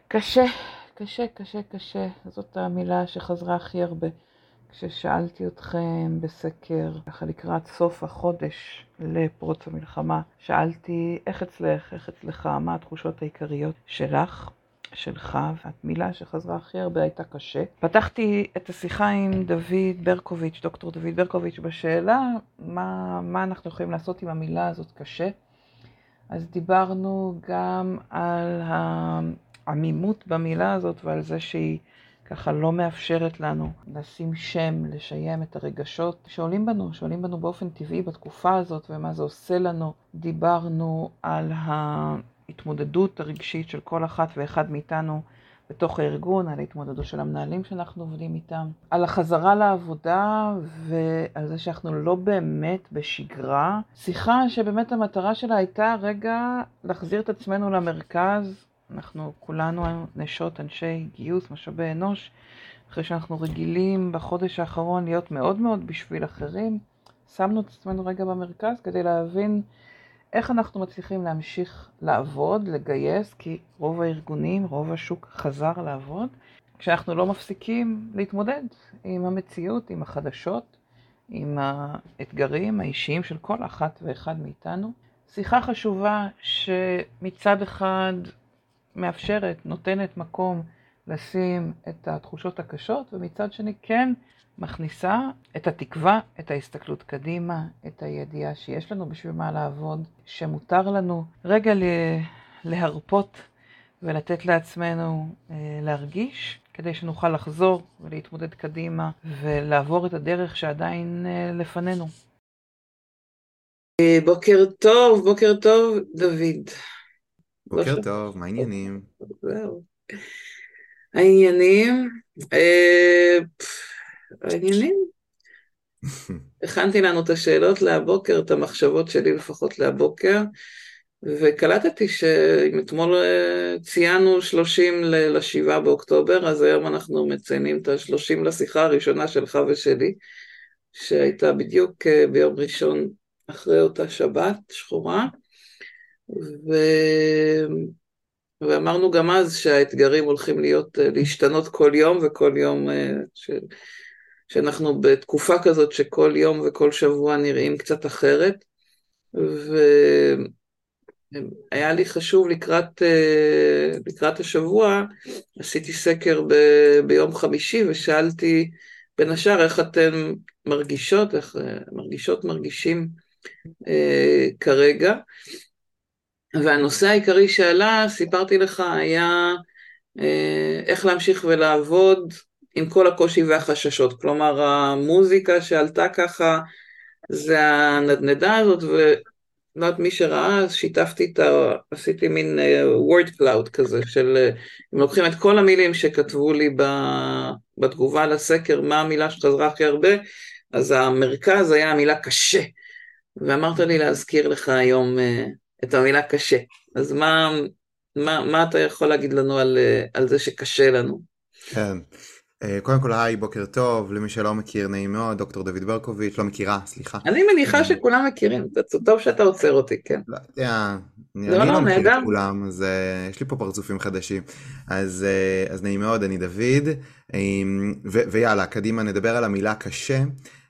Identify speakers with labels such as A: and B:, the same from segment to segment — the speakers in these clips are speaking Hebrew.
A: קשה, קשה, קשה, קשה. זאת המילה שחזרה הכי הרבה. כששאלתי אתכם בסקר, ככה לקראת סוף החודש לפרוץ המלחמה, שאלתי איך אצלך, איך אצלך, מה התחושות העיקריות שלך, שלך, והמילה שחזרה הכי הרבה הייתה קשה. פתחתי את השיחה עם דוד ברקוביץ', דוקטור דוד ברקוביץ', בשאלה מה אנחנו יכולים לעשות עם המילה הזאת קשה. אז דיברנו גם על העמימות במילה הזאת ועל זה שהיא ככה לא מאפשרת לנו לשים שם, לשיים את הרגשות שעולים בנו באופן טבעי בתקופה הזאת ומה זה עושה לנו. דיברנו על ההתמודדות הרגשית של כל אחת ואחד מאיתנו בתוך הארגון, על ההתמודדות של המנהלים שאנחנו עובדים איתם, על החזרה לעבודה ועל זה שאנחנו לא באמת בשגרה. שיחה שבאמת המטרה שלה הייתה רגע להחזיר את עצמנו למרכז. אנחנו כולנו נשות אנשי גיוס, משאבי אנוש, אחרי שאנחנו רגילים בחודש האחרון להיות מאוד מאוד בשביל אחרים. שמנו את עצמנו רגע במרכז כדי להבין איך אנחנו מצליחים להמשיך לעבוד, לגייס, כי רוב הארגונים, רוב השוק חזר לעבוד, כשאנחנו לא מפסיקים להתמודד עם המציאות, עם החדשות, עם האתגרים האישיים של כל אחת ואחד מאיתנו. שיחה חשובה שמצד אחד מאפשרת, נותנת מקום לשים את התחושות הקשות, ומצד שני כן מכניסה את התקווה, את ההסתכלות קדימה, את הידיעה שיש לנו בשביל מה לעבוד, שמותר לנו רגע להרפות ולתת לעצמנו להרגיש, כדי שנוכל לחזור ולהתמודד קדימה ולעבור את הדרך שעדיין לפנינו. בוקר טוב דוד.
B: בוקר טוב, מה העניינים?
A: זהו. העניינים, העניינים. הכנתי לנו את השאלות להבוקר, את המחשבות שלי לפחות להבוקר, וקלטתי שאם אתמול ציינו 30 ל-7 באוקטובר, אז היום אנחנו מציינים את ה-30 לשיחה הראשונה שלך ושלי, שהייתה בדיוק ביום ראשון אחרי אותה שבת שחורה, ואמרנו גם אז שהאתגרים הולכים להשתנות כל יום, וכל יום שאנחנו בתקופה כזאת שכל יום וכל שבוע נראים קצת אחרת, והיה לי חשוב לקראת השבוע, עשיתי סקר ביום חמישי, ושאלתי בין השאר איך אתם מרגישות, מרגישים כרגע, והנושא העיקרי שעלה, סיפרתי לך, היה איך להמשיך ולעבוד עם כל הקושי והחששות. כלומר, המוזיקה שעלתה ככה, זה הנדנדה הזאת, ולא יודעת מי שראה, אז שיתפתי עשיתי מין word cloud כזה, אם לוקחים את כל המילים שכתבו לי בתגובה לסקר, מה המילה שחזרה הכי הרבה, אז המרכז היה המילה קשה, ואמרת לי להזכיר לך היום את המילה קשה. אז מה אתה יכול להגיד לנו על זה שקשה לנו?
B: כן, קודם כל היי, בוקר טוב, למי שלא מכיר, נעים מאוד, דוקטור דוד ברקוביץ', לא מכירה, סליחה.
A: אני מניחה שכולם מכירים, זה טוב שאתה עוצר אותי, כן.
B: אני לא מכיר את כולם, אז יש לי פה פרצופים חדשים, אז נעים מאוד, אני דוד, ויאללה, קדימה נדבר על המילה קשה.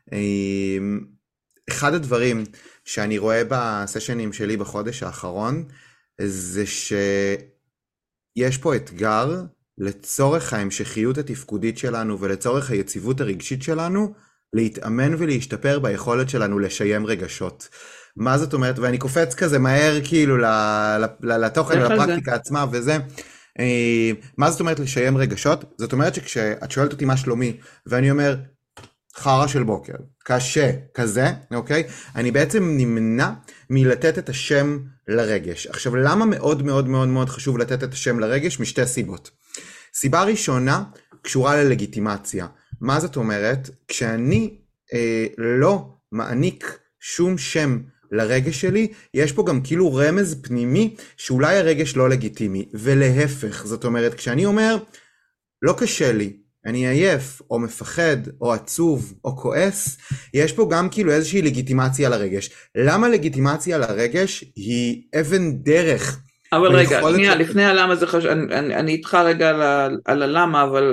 B: אחד הדברים שאני רואה בסשנים שלי בחודש האחרון, זה שיש פה אתגר לצורך ההמשכיות התפקודית שלנו ולצורך היציבות הרגשית שלנו, להתאמן ולהשתפר ביכולת שלנו לשיים רגשות. מה זאת אומרת? ואני קופץ כזה מהר כאילו לתוכן ולפרקטיקה עצמה וזה. מה זאת אומרת לשיים רגשות? זאת אומרת שכשאת שואלת אותי מה שלומי, ואני אומר חרה של בוקר, קשה, כזה, אוקיי? אני בעצם נמנע מלתת את השם לרגש. עכשיו, למה מאוד מאוד מאוד מאוד חשוב לתת את השם לרגש? משתי סיבות. סיבה ראשונה קשורה ללגיטימציה. מה זאת אומרת? כשאני לא מעניק שום שם לרגש שלי, יש פה גם כאילו רמז פנימי שאולי הרגש לא לגיטימי, ולהפך. זאת אומרת, כשאני אומר, לא קשה לי, אני עייף, או מפחד, או עצוב, או כועס, יש פה גם כאילו איזושהי לגיטימציה לרגש. למה לגיטימציה לרגש היא אבן דרך
A: אבל רגע,
B: ביכולת
A: שנייה,
B: של...
A: לפני הלמה זה חשוב, אני איתך רגע על הלמה, אבל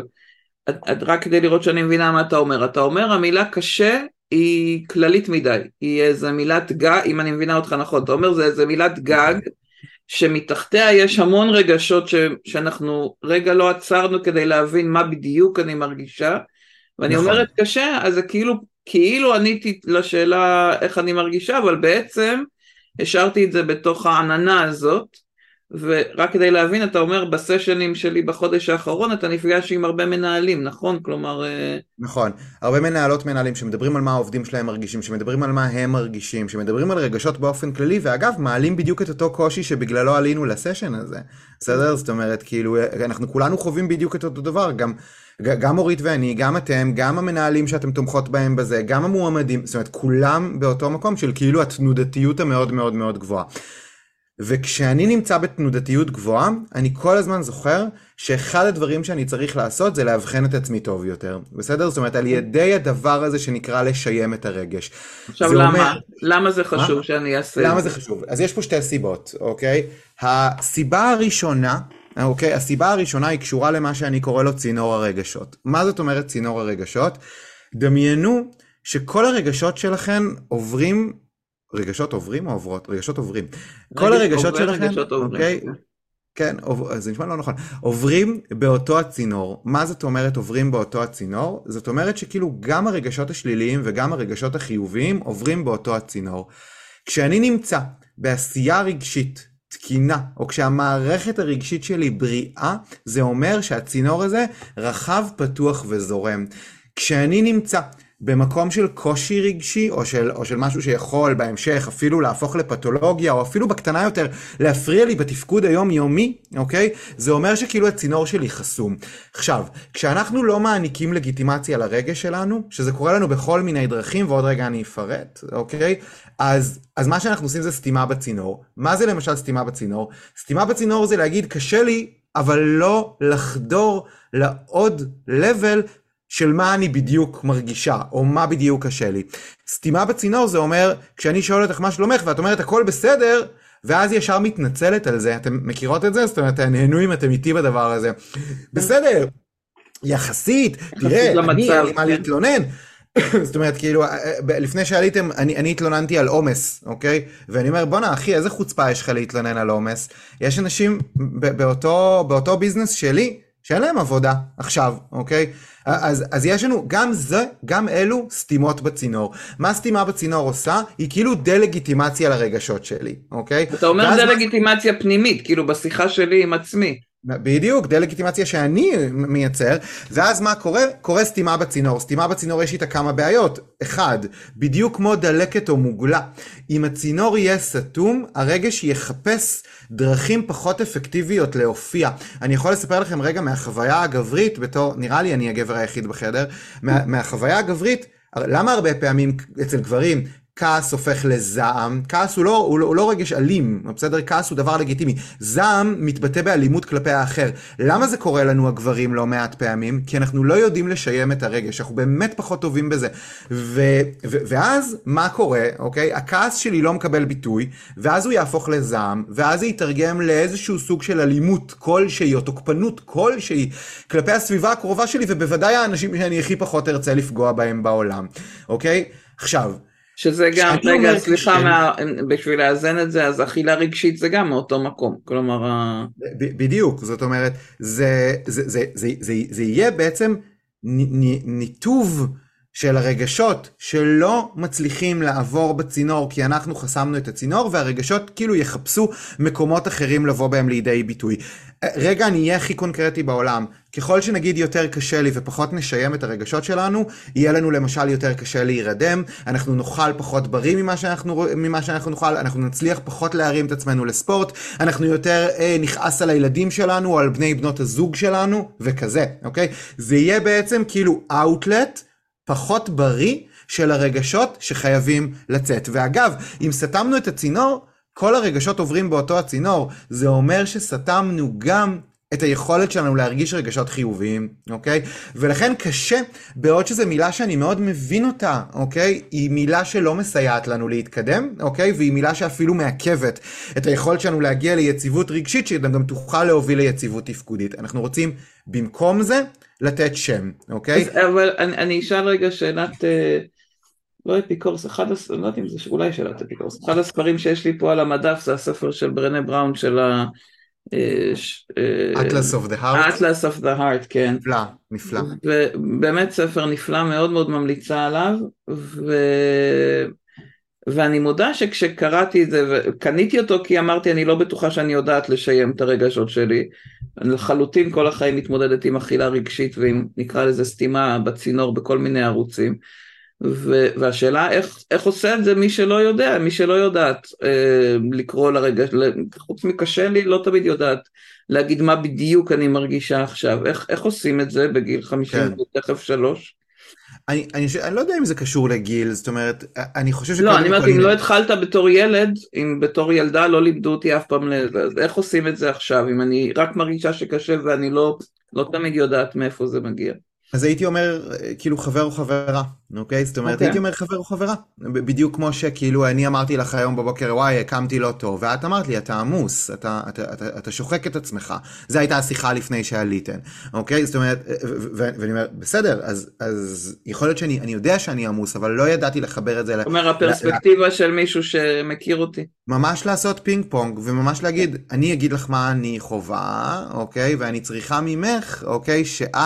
A: רק כדי לראות שאני מבינה מה אתה אומר. אתה אומר, המילה קשה היא כללית מדי, היא איזה מילת גג, אם אני מבינה אותך נכון, אתה אומר, זה איזה מילת גג,
B: נכון,
A: שמתחתיה יש המון רגשות שאנחנו רגע לא עצרנו כדי להבין מה בדיוק אני מרגישה, ואני
B: נכון.
A: אומרת קשה, אז זה כאילו עניתי לשאלה איך אני מרגישה, אבל בעצם השארתי את זה בתוך העננה הזאת, ורק כדי להבין, אתה אומר בסשנים שלי בחודש האחרון, אתה נפגש עם הרבה מנהלים, נכון? כלומר...
B: נכון, הרבה מנהלות מנהלים שמדברים על מה העובדים שלהם מרגישים, שמדברים על מה הם מרגישים, שמדברים על רגשות באופן כללי, ואגב, מעלים בדיוק את אותו קושי שבגללו עלינו לסשן הזה. בסדר? זאת אומרת, כאילו, אנחנו כולנו חווים בדיוק את אותו דבר, גם אורית ואני, גם אתם, גם המנהלים שאתם תומכות בהם בזה, גם המועמדים, זאת אומרת, כולם באותו מקום של כאילו התנודתיות המאוד מאוד מאוד גבוהה. וכשאני נמצא בתנודתיות גבוהה, אני כל הזמן זוכר שאחד הדברים שאני צריך לעשות זה להבחן את עצמי טוב יותר. בסדר? זאת אומרת, על ידי הדבר הזה שנקרא לשיים את הרגש.
A: עכשיו למה זה חשוב שאני אעשה?
B: למה זה חשוב? אז יש פה שתי סיבות, אוקיי? הסיבה הראשונה, אוקיי? הסיבה הראשונה היא קשורה למה שאני קורא לו צינור הרגשות. מה זאת אומרת צינור הרגשות? דמיינו שכל הרגשות שלכם עוברים, רגשות עוברים או עוברות? רגשות עוברים. כל הרגשות שלכם, אוקיי? כן, זה נשמע לא נכון. עוברים באותו הצינור. מה זאת אומרת עוברים באותו הצינור? זאת אומרת שכאילו גם הרגשות השליליים וגם הרגשות החיוביים עוברים באותו הצינור. כשאני נמצא בעשייה רגשית תקינה, או כשהמערכת הרגשית שלי בריאה, זה אומר שהצינור הזה רחב, פתוח וזורם. כשאני נמצא במקום של קושי רגשי, או של משהו שיכול בהמשך אפילו להפוך לפתולוגיה, או אפילו בקטנה יותר להפריע לי בתפקוד היומיומי, אוקיי? זה אומר שכאילו הצינור שלי חסום. עכשיו, כשאנחנו לא מעניקים לגיטימציה לרגש שלנו, שזה קורה לנו בכל מיני דרכים, ועוד רגע אני אפרט, אוקיי? אז מה שאנחנו עושים זה סתימה בצינור. מה זה למשל סתימה בצינור? סתימה בצינור זה להגיד, קשה לי, אבל לא לחדור לעוד level של מה אני בדיוק מרגישה, או מה בדיוק קשה לי. סתימה בצינור זה אומר, כשאני שואל אותך מה שלומך, ואת אומרת הכל בסדר, ואז ישר מתנצלת על זה. אתם מכירות את זה? זאת אומרת, נהנו אם אתם איתי בדבר הזה. בסדר, יחסית, תראה, אני אין לי מה להתלונן. זאת אומרת, כאילו, לפני שעליתם, אני התלוננתי על עומס, אוקיי? ואני אומר, בוא אחי, איזה חוצפה יש לך להתלונן על עומס? יש אנשים באותו ביזנס שלי, שאין להם עבודה עכשיו, אוקיי? אז יש לנו גם זה, גם אלו סתימות בצינור. מה סתימה בצינור עושה? היא כאילו דה-לגיטימציה לרגשות שלי, אוקיי?
A: אתה אומר דה-לגיטימציה פנימית, כאילו בשיחה שלי עם עצמי.
B: בדיוק, דה-לגיטימציה שאני מייצר, ואז מה קורה? קורה סתימה בצינור. סתימה בצינור יש איתה כמה בעיות. אחד, בדיוק כמו דלקת או מוגלה. אם הצינור יהיה סתום, הרגש יחפש דרכים פחות אפקטיביות להופיע. אני יכול לספר לכם רגע מהחוויה הגברית, בתור, נראה לי אני הגבר היחיד בחדר, מהחוויה הגברית, למה הרבה פעמים אצל גברים, כעס הופך לזעם, כעס הוא לא רגש אלים, בסדר? כעס הוא דבר לגיטימי. זעם מתבטא באלימות כלפי האחר. למה זה קורה לנו הגברים לא מעט פעמים? כי אנחנו לא יודעים לשיים את הרגש, אנחנו באמת פחות טובים בזה. ואז מה קורה, אוקיי? הכעס שלי לא מקבל ביטוי, ואז הוא יהפוך לזעם, ואז זה יתרגם לאיזשהו סוג של אלימות כלשהי, או תוקפנות כלשהי, כלפי הסביבה הקרובה שלי, ובוודאי האנשים שאני הכי פחות ארצה לפגוע בהם בעולם, אוקיי? עכשיו,
A: שזה גם, רגע, סליחה, בשביל לאזן את זה, אז אכילה רגשית זה גם מאותו מקום, כלומר...
B: בדיוק, זאת אומרת, זה יהיה בעצם ניתוב של הרגשות שלא מצליחים לעבור בצינור, כי אנחנו חסמנו את הצינור, והרגשות כאילו יחפשו מקומות אחרים לבוא בהם לידי ביטוי. רגע, אני אהיה הכי קונקרטי בעולם. ככל שנגיד יותר קשה לי ופחות נשיים את הרגשות שלנו, יהיה לנו למשל יותר קשה להירדם, אנחנו נאכל פחות בריא ממה שאנחנו נאכל, אנחנו נצליח פחות להרים את עצמנו לספורט, אנחנו יותר נכעס על הילדים שלנו, או על בני בנות הזוג שלנו, וכזה, אוקיי? זה יהיה בעצם כאילו outlet, פחות בריא של הרגשות שחייבים לצאת. ואגב, אם סתמנו את הצינור, כל הרגשות עוברים באותו הצינור. זה אומר שסתמנו גם את היכולת שלנו להרגיש רגשות חיוביים, אוקיי? ולכן קשה, בעוד שזו מילה שאני מאוד מבין אותה, אוקיי? היא מילה שלא מסייעת לנו להתקדם, אוקיי? והיא מילה שאפילו מעכבת את היכולת שלנו להגיע ליציבות רגשית, שגם תוכל להוביל ליציבות תפקודית. אנחנו רוצים במקום זה לתת שם, אוקיי?
A: אבל אני אשאל רגע שאלת, לא אפיקורס, לא יודעת אם זה אולי שאלת אפיקורס, אחד הספרים שיש לי פה על המדף זה הספר של ברנה בראון של
B: Atlas of the Heart.
A: Atlas of the Heart, כן.
B: נפלא, נפלא.
A: ובאמת ספר נפלא, מאוד מאוד ממליצה עליו, ואני מודה שכשקראתי את זה, וקניתי אותו כי אמרתי אני לא בטוחה שאני יודעת לשיים את הרגשות שלי, לחלוטין כל החיים מתמודדת עם אכילה רגשית, ועם נקרא לזה סתימה בצינור בכל מיני ערוצים, והשאלה איך עושה את זה מי שלא יודע, מי שלא יודעת לקרוא לרגש, חוץ מקשה לי לא תמיד יודעת להגיד מה בדיוק אני מרגישה עכשיו, איך עושים את זה בגיל 50 ותכף 3?
B: אני לא יודע אם זה קשור לגיל, זאת אומרת, אני חושב
A: לא, אני אומרת, אם לא התחלת בתור ילד, אם בתור ילדה לא לימדו אותי אף פעם, אז איך עושים את זה עכשיו, אם אני רק מרגישה שקשה ואני לא תמיד יודעת מאיפה זה מגיע?
B: אז הייתי אומר, כאילו חבר או חברה, אוקיי? זאת אומרת, הייתי אומר חבר או חברה, בדיוק כמו שכאילו אני אמרתי לך היום בבוקר, וואי, הקמתי לא טוב, ואת אמרת לי, אתה עמוס, אתה שוחק את עצמך, זו הייתה השיחה לפני שעליתן, אוקיי? זאת אומרת, ואני אומר, בסדר, אז יכול להיות שאני יודע שאני עמוס, אבל לא ידעתי לחבר את זה.
A: זאת אומרת, הפרספקטיבה של מישהו שמכיר אותי.
B: ממש לעשות פינג פונג, וממש להגיד, אני אגיד לך מה אני חובה, אוקיי? ואני צריכה ממך, אוקיי?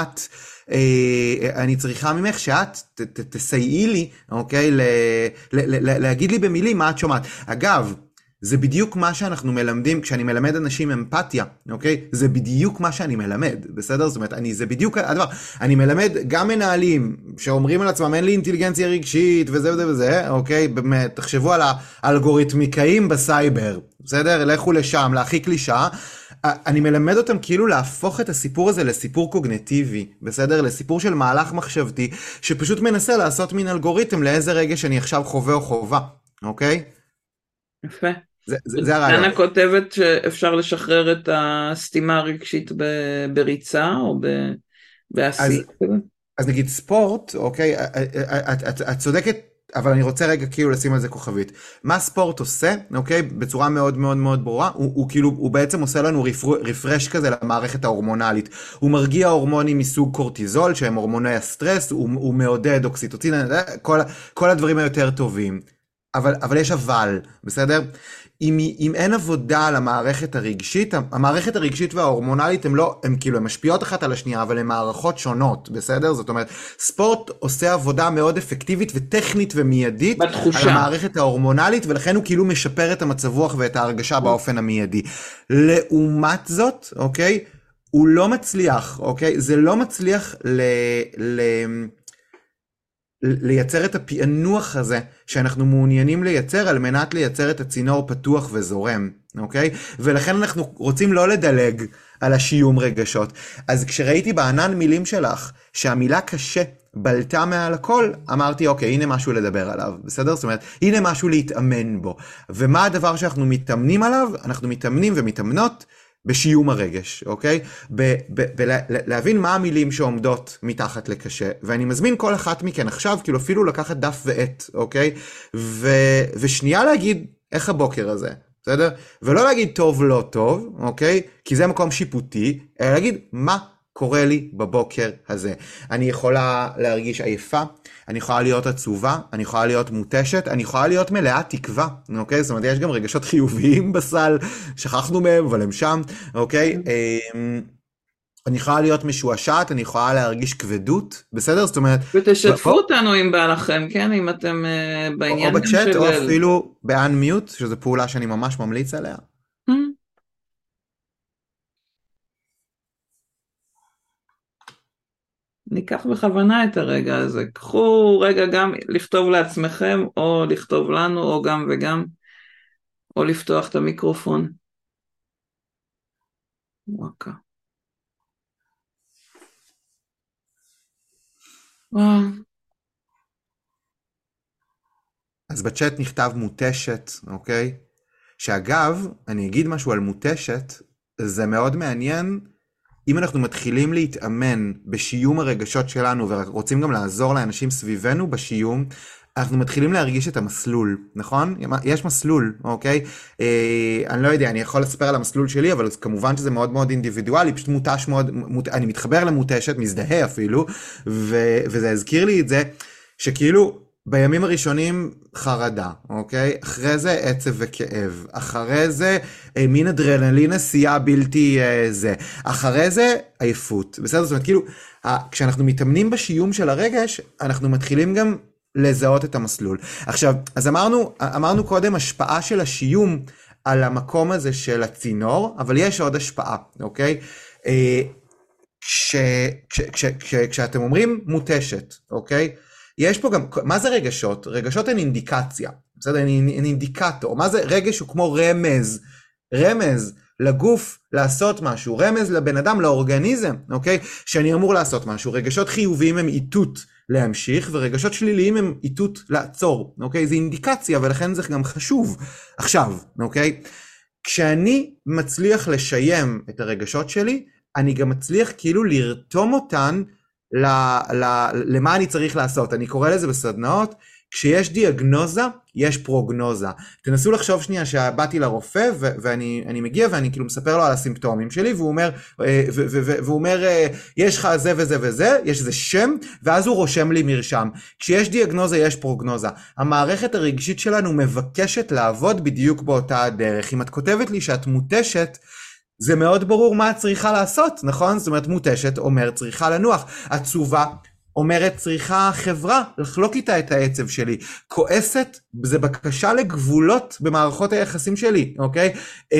B: אני צריכה ממך שאת תסייעי לי, אוקיי? להגיד לי במילים מה את שומעת. אגב, זה בדיוק מה שאנחנו מלמדים, כשאני מלמד אנשים אמפתיה, אוקיי? זה בדיוק מה שאני מלמד, בסדר? זאת אומרת, זה בדיוק הדבר. אני מלמד גם מנהלים שאומרים על עצמם, אין לי אינטליגנציה רגשית וזה וזה וזה, אוקיי? באמת, תחשבו על האלגוריתמיקאים בסייבר, בסדר? לכו לשם, להכי קלישה. אני מלמד אותם כאילו להפוך את הסיפור הזה לסיפור קוגניטיבי, בסדר? לסיפור של מהלך מחשבתי, שפשוט מנסה לעשות מין אלגוריתם לאיזה רגש אני עכשיו חווה או חובה, אוקיי?
A: יפה.
B: זה הרעיון.
A: דנה כותבת שאפשר לשחרר את הסתימה הרגשית בריצה או בעשייה.
B: אז נגיד ספורט, אוקיי? את צודקת, אבל אני רוצה רגע כאילו לשים על זה כוכבית. מה ספורט עושה, אוקיי? בצורה מאוד מאוד מאוד ברורה, הוא כאילו, הוא בעצם עושה לנו רפרש כזה למערכת ההורמונלית. הוא מרגיע הורמונים מסוג קורטיזול, שהם הורמוני הסטרס, הוא מעודד אוקסיטוצין, כל הדברים היותר טובים. אבל יש אבל, בסדר? אם אין עבודה על המערכת הרגשית, המערכת הרגשית וההורמונלית הם כאילו, הן משפיעות אחת על השנייה, אבל הן מערכות שונות, בסדר? זאת אומרת, ספורט עושה עבודה מאוד אפקטיבית וטכנית ומיידית, בתחושה. על המערכת ההורמונלית, ולכן הוא כאילו משפר את המצב רוח ואת ההרגשה באופן המיידי. לעומת זאת, אוקיי? הוא לא מצליח, אוקיי? זה לא מצליח לייצר את הפענוח הזה שאנחנו מעוניינים לייצר על מנת לייצר את הצינור פתוח וזורם, אוקיי? ולכן אנחנו רוצים לא לדלג על השיום רגשות. אז כשראיתי בענן מילים שלך שהמילה קשה בלטה מעל הכל, אמרתי אוקיי, הנה משהו לדבר עליו, בסדר? זאת אומרת, הנה משהו להתאמן בו. ומה הדבר שאנחנו מתאמנים עליו? אנחנו מתאמנים ומתאמנות בשיום הרגש, אוקיי? להבין מה המילים שעומדות מתחת לקשה, ואני מזמין כל אחת מכן עכשיו, כאילו אפילו לקחת דף ועט, אוקיי? ושנייה להגיד איך הבוקר הזה, בסדר? ולא להגיד טוב לא טוב, אוקיי? כי זה מקום שיפוטי, אלא להגיד מה קורה לי בבוקר הזה. אני יכולה להרגיש עייפה, אני יכולה להיות עצובה, אני יכולה להיות מוטשת, אני יכולה להיות מלאה תקווה, אוקיי? זאת אומרת, יש גם רגשות חיוביים בסל, שכחנו מהם, אבל הם שם, אוקיי? אני יכולה להיות משועשעת, אני יכולה להרגיש כבדות, בסדר? זאת אומרת...
A: ותשתפו אותנו אם בא לכם, כן? אם אתם בעניין...
B: או בצ'אט, או אפילו באנמיוט, שזו פעולה שאני ממש ממליץ עליה.
A: ניקח בכוונה את הרגע הזה, קחו רגע גם לכתוב לעצמכם, או לכתוב לנו, או גם וגם, או לפתוח את המיקרופון. וואקה. וואו.
B: אז בצ'אט נכתב מוטשת, אוקיי? שאגב, אני אגיד משהו על מוטשת, זה מאוד מעניין, אם אנחנו מתחילים להתאמן בשיום הרגשות שלנו, ורוצים גם לעזור לאנשים סביבנו בשיום, אנחנו מתחילים להרגיש את המסלול, נכון? יש מסלול, אוקיי? אני לא יודע, אני יכול לספר על המסלול שלי, אבל כמובן שזה מאוד מאוד אינדיבידואלי, פשוט מותש מאוד, אני מתחבר למותשת, מזדהה אפילו, וזה הזכיר לי את זה, שכאילו בימים הראשונים חרדה, אוקיי? אחרי זה עצב וכאב, אחרי זה מין אדרנלין עשייה בלתי זה, אחרי זה עייפות, בסדר? זאת אומרת, כאילו, כשאנחנו מתאמנים בשיום של הרגש, אנחנו מתחילים גם לזהות את המסלול. עכשיו, אז אמרנו קודם השפעה של השיום על המקום הזה של הצינור, אבל יש עוד השפעה, אוקיי? כשאתם אומרים מותשת, אוקיי? יש פה גם, מה זה רגשות? רגשות הן אינדיקציה, בסדר? הן אינדיקטור. מה זה רגש? הוא כמו רמז, רמז לגוף לעשות משהו, רמז לבן אדם, לאורגניזם, אוקיי? שאני אמור לעשות משהו. רגשות חיוביים הם איתות להמשיך, ורגשות שליליים הם איתות לעצור, אוקיי? זה אינדיקציה, ולכן זה גם חשוב. עכשיו, אוקיי? כשאני מצליח לשיים את הרגשות שלי, אני גם מצליח כאילו לרתום אותן למה אני צריך לעשות. אני קורא לזה בסדנאות, כשיש דיאגנוזה, יש פרוגנוזה. תנסו לחשוב שנייה שבאתי לרופא, ואני מגיע ואני כאילו מספר לו על הסימפטומים שלי, והוא אומר, יש לך זה וזה וזה, יש איזה שם, ואז הוא רושם לי מרשם. כשיש דיאגנוזה, יש פרוגנוזה. המערכת הרגשית שלנו מבקשת לעבוד בדיוק באותה הדרך. אם את כותבת לי שאת מותשת, זה מאוד ברור מה את צריכה לעשות, נכון? זאת אומרת, מותשת אומר צריכה לנוח. עצובה אומרת צריכה חברה, לחלוק איתה את העצב שלי. כועסת, זה בקשה לגבולות במערכות היחסים שלי, אוקיי?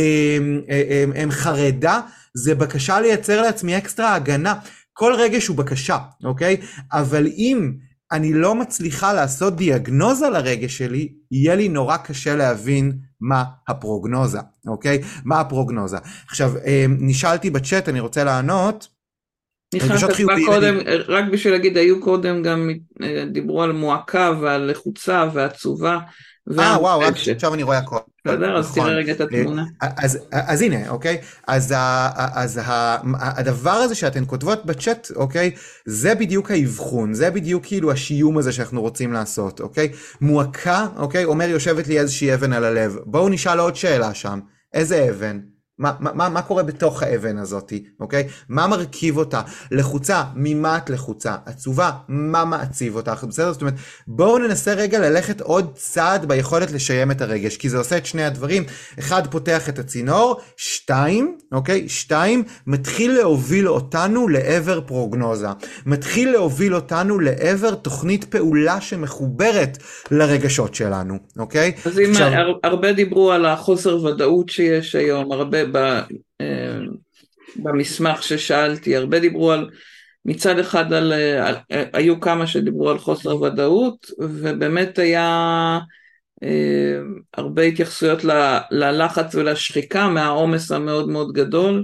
B: חרדה, זה בקשה לייצר לעצמי אקסטרה הגנה. כל רגש הוא בקשה, אוקיי? אבל אם אני לא מצליחה לעשות דיאגנוזה לרגש שלי, יהיה לי נורא קשה להבין מה הפרוגנוזה, אוקיי? מה הפרוגנוזה? עכשיו, נשאלתי בצ'אט, אני רוצה לענות.
A: רגשות חיוביים. רק בשביל להגיד, היו קודם גם דיברו על מועקה ועל לחוצה ועצובה.
B: וואו, רק עכשיו אני רואה הכל.
A: בסדר, אז תראה רגע את התמונה.
B: אז הנה, אוקיי? אז הדבר הזה שאתן כותבות בצ'אט, אוקיי? זה בדיוק האבחון, זה בדיוק כאילו השיום הזה שאנחנו רוצים לעשות, אוקיי? מועקה, אוקיי? אומר יושבת לי איזושהי אבן על הלב. בואו נשאל עוד שאלה שם. איזה אבן? מה קורה בתוך האבן הזאת, אוקיי? מה מרכיב אותה? לחוצה, ממה את לחוצה? עצובה, מה מעציב אותך? בסדר? זאת אומרת, בואו ננסה רגע ללכת עוד צעד ביכולת לשיים את הרגש, כי זה עושה את שני הדברים. אחד, פותח את הצינור, שתיים, אוקיי? שתיים, מתחיל להוביל אותנו לעבר פרוגנוזה. מתחיל להוביל אותנו לעבר תוכנית פעולה שמחוברת לרגשות שלנו, אוקיי?
A: אז אם הרבה דיברו על החוסר ודאות שיש היום, הרבה במסמך ששאלתי, הרבה דיברו על, מצד אחד היו כמה שדיברו על חוסר ודאות, ובאמת היה הרבה התייחסויות ללחץ ולשחיקה מהעומס המאוד מאוד גדול,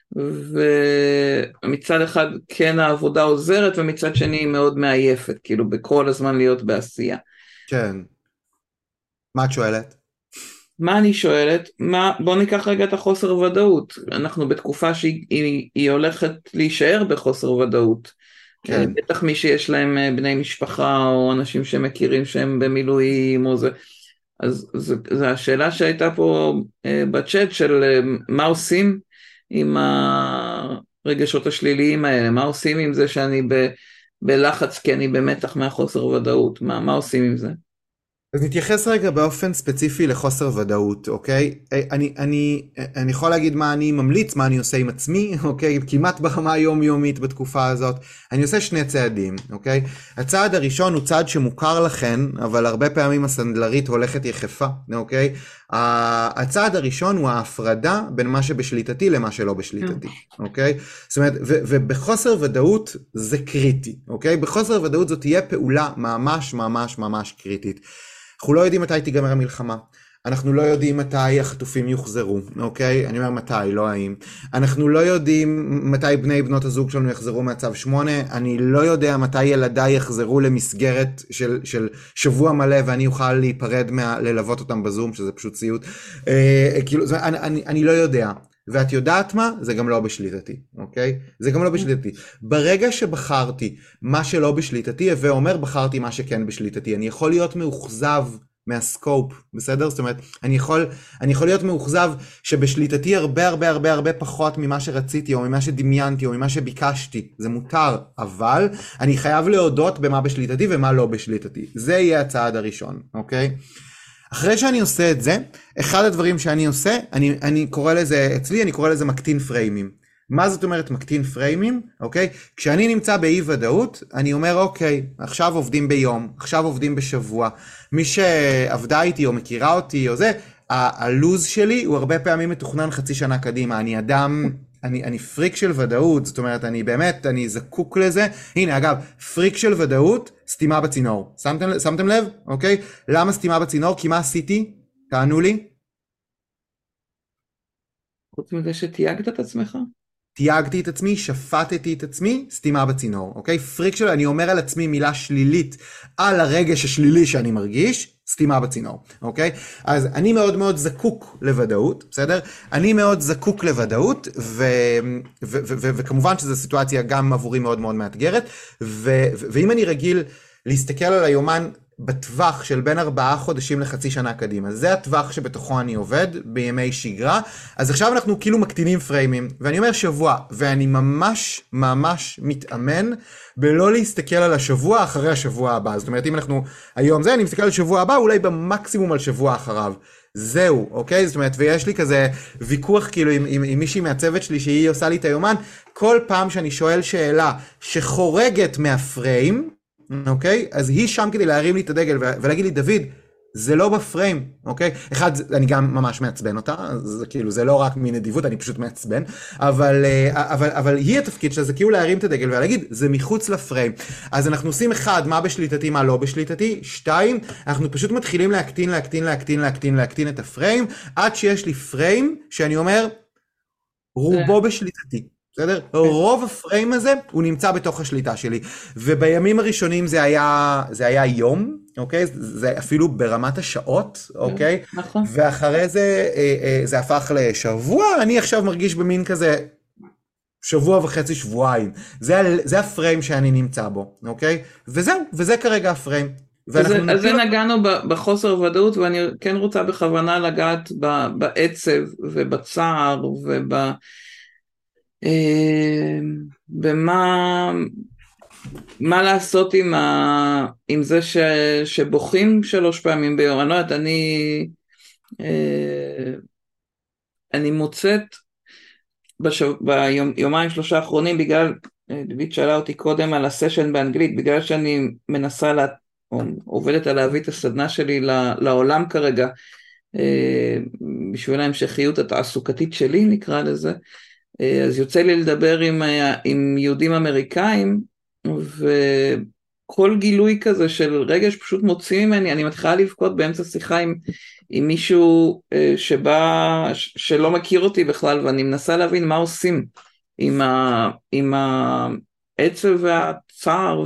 A: ומצד אחד כן העבודה עוזרת, ומצד שני היא מאוד מעייפת, כאילו בכל הזמן להיות בעשייה.
B: כן. מה את שואלת?
A: מה אני שואלת? בוא ניקח רגע את החוסר ודאות. אנחנו בתקופה שהיא הולכת להישאר בחוסר ודאות. כן. בטח מי שיש להם בני משפחה או אנשים שמכירים שהם במילואים או זה. אז זו השאלה שהייתה פה בצ'אט של מה עושים עם הרגשות השליליים האלה? מה עושים עם זה שאני בלחץ כי אני במתח מהחוסר ודאות? מה עושים עם זה?
B: אז נתייחס רגע באופן ספציפי לחוסר ודאות, אוקיי? אני יכול להגיד מה אני ממליץ, מה אני עושה עם עצמי, אוקיי? כמעט ברמה היומיומית בתקופה הזאת. אני עושה שני צעדים, אוקיי? הצעד הראשון הוא צעד שמוכר לכן, אבל הרבה פעמים הסנדלרית הולכת יחפה, אוקיי? הצעד הראשון הוא ההפרדה בין מה שבשליטתי למה שלא בשליטתי, אוקיי? זאת אומרת, ובחוסר ודאות זה קריטי, אוקיי? בחוסר ודאות זאת תהיה פעולה ממש ממש ממש קריטית. אנחנו לא יודעים מתי תיגמר המלחמה, אנחנו לא יודעים מתי החטופים יוחזרו, אוקיי? אני אומר מתי, לא האם. אנחנו לא יודעים מתי בני בנות הזוג שלנו יחזרו מהצו 8, אני לא יודע מתי ילדיי יחזרו למסגרת של שבוע מלא, ואני אוכל להיפרד ללוות אותם בזום, שזה פשוט סיוט. כאילו, אני לא יודע. ואת יודעת מה? זה גם לא בשליטתי, אוקיי? זה גם לא בשליטתי. ברגע שבחרתי מה שלא בשליטתי, הווה אומר בחרתי מה שכן בשליטתי. אני יכול להיות מאוכזב מהסקופ, בסדר? זאת אומרת, אני יכול להיות מאוכזב שבשליטתי הרבה הרבה הרבה הרבה פחות ממה שרציתי, או ממה שדמיינתי, או ממה שביקשתי. זה מותר, אבל אני חייב להודות במה בשליטתי ומה לא בשליטתי. זה יהיה הצעד הראשון, אוקיי? אחרי שאני עושה את זה, אחד הדברים שאני עושה, אני קורא לזה, אצלי אני קורא לזה מקטין פריימים. מה זאת אומרת מקטין פריימים? אוקיי? כשאני נמצא באי ודאות, אני אומר אוקיי, עכשיו עובדים ביום, עכשיו עובדים בשבוע. מי שעבדה איתי או מכירה אותי או זה, הלוז שלי הוא הרבה פעמים מתוכנן חצי שנה קדימה. אני אדם, אני פריק של ודאות, זאת אומרת, אני זקוק לזה. הנה, אגב, פריק של ודאות, סתימה בצינור. שמתם לב? אוקיי? למה סתימה בצינור? כי מה עשיתי? תענו לי.
A: חוץ מזה שתייגת את עצמך?
B: תייגתי את עצמי, שפטתי את עצמי, סתימה בצינור, אוקיי? פריק שלו, אני אומר על עצמי מילה שלילית על הרגש השלילי שאני מרגיש, סתימה בצינור, אוקיי? אז אני מאוד מאוד זקוק לוודאות, בסדר? אני מאוד זקוק לוודאות, וכמובן שזו סיטואציה גם עבורי מאוד מאוד מאתגרת, ואם אני רגיל להסתכל על היומן בטווח של בין 4 חודשים לחצי שנה קדימה, זה הטווח שבתוכו אני עובד בימי שגרה, אז עכשיו אנחנו כאילו מקטינים פריימים, ואני אומר שבוע, ואני ממש ממש מתאמן בלא להסתכל על השבוע אחרי השבוע הבא. זאת אומרת, אם אנחנו היום זה, אני מסתכל על שבוע הבא, אולי במקסימום על שבוע אחריו. זהו, אוקיי? זאת אומרת, ויש לי כזה ויכוח כאילו עם מישהי מהצוות שלי שהיא עושה לי את היומן, כל פעם שאני שואל שאלה שחורגת מהפריים, אוקיי? אז היא שם כדי להרים לי את הדגל ולהגיד לי, דוד, זה לא בפריים, אוקיי? אחד, אני גם ממש מעצבן אותה, זה כאילו, זה לא רק מנדיבות, אני פשוט מעצבן, אבל היא התפקיד שלה, זה כאילו להרים את הדגל ולהגיד, זה מחוץ לפריים. אז אנחנו עושים אחד, מה בשליטתי, מה לא בשליטתי, 2, אנחנו פשוט מתחילים להקטין את הפריים, עד שיש לי פריים שאני אומר, רובו בשליטתי. בסדר? רוב הפריים הזה הוא נמצא בתוך השליטה שלי, ובימים הראשונים זה היה יום, אוקיי? זה אפילו ברמת השעות, אוקיי?
A: נכון.
B: ואחרי זה זה הפך לשבוע, אני עכשיו מרגיש במין כזה שבוע וחצי, שבועיים. זה הפריים שאני נמצא בו, אוקיי? וזהו, וזה כרגע הפריים.
A: אז זה נגענו בחוסר ודאות, ואני כן רוצה בכוונה לגעת בעצב ובצער מה לעשות עם זה שבוכים 3 פעמים ביום. אני לא יודעת, אני מוצאת ביומיים 3 האחרונים, בגלל, דוד שאלה אותי קודם על הסשן באנגלית, בגלל שאני מנסה עובדת על להביא את הסדנה שלי לעולם כרגע, בשביל ההמשכיות התעסוקתית שלי נקרא לזה, אז יוצא לי לדבר עם יהודים אמריקאים, וכל גילוי כזה של רגש פשוט מוציא ממני, אני מתחילה לבכות באמצע שיחה עם מישהו שלא מכיר אותי בכלל, ואני מנסה להבין מה עושים עם העצב והצער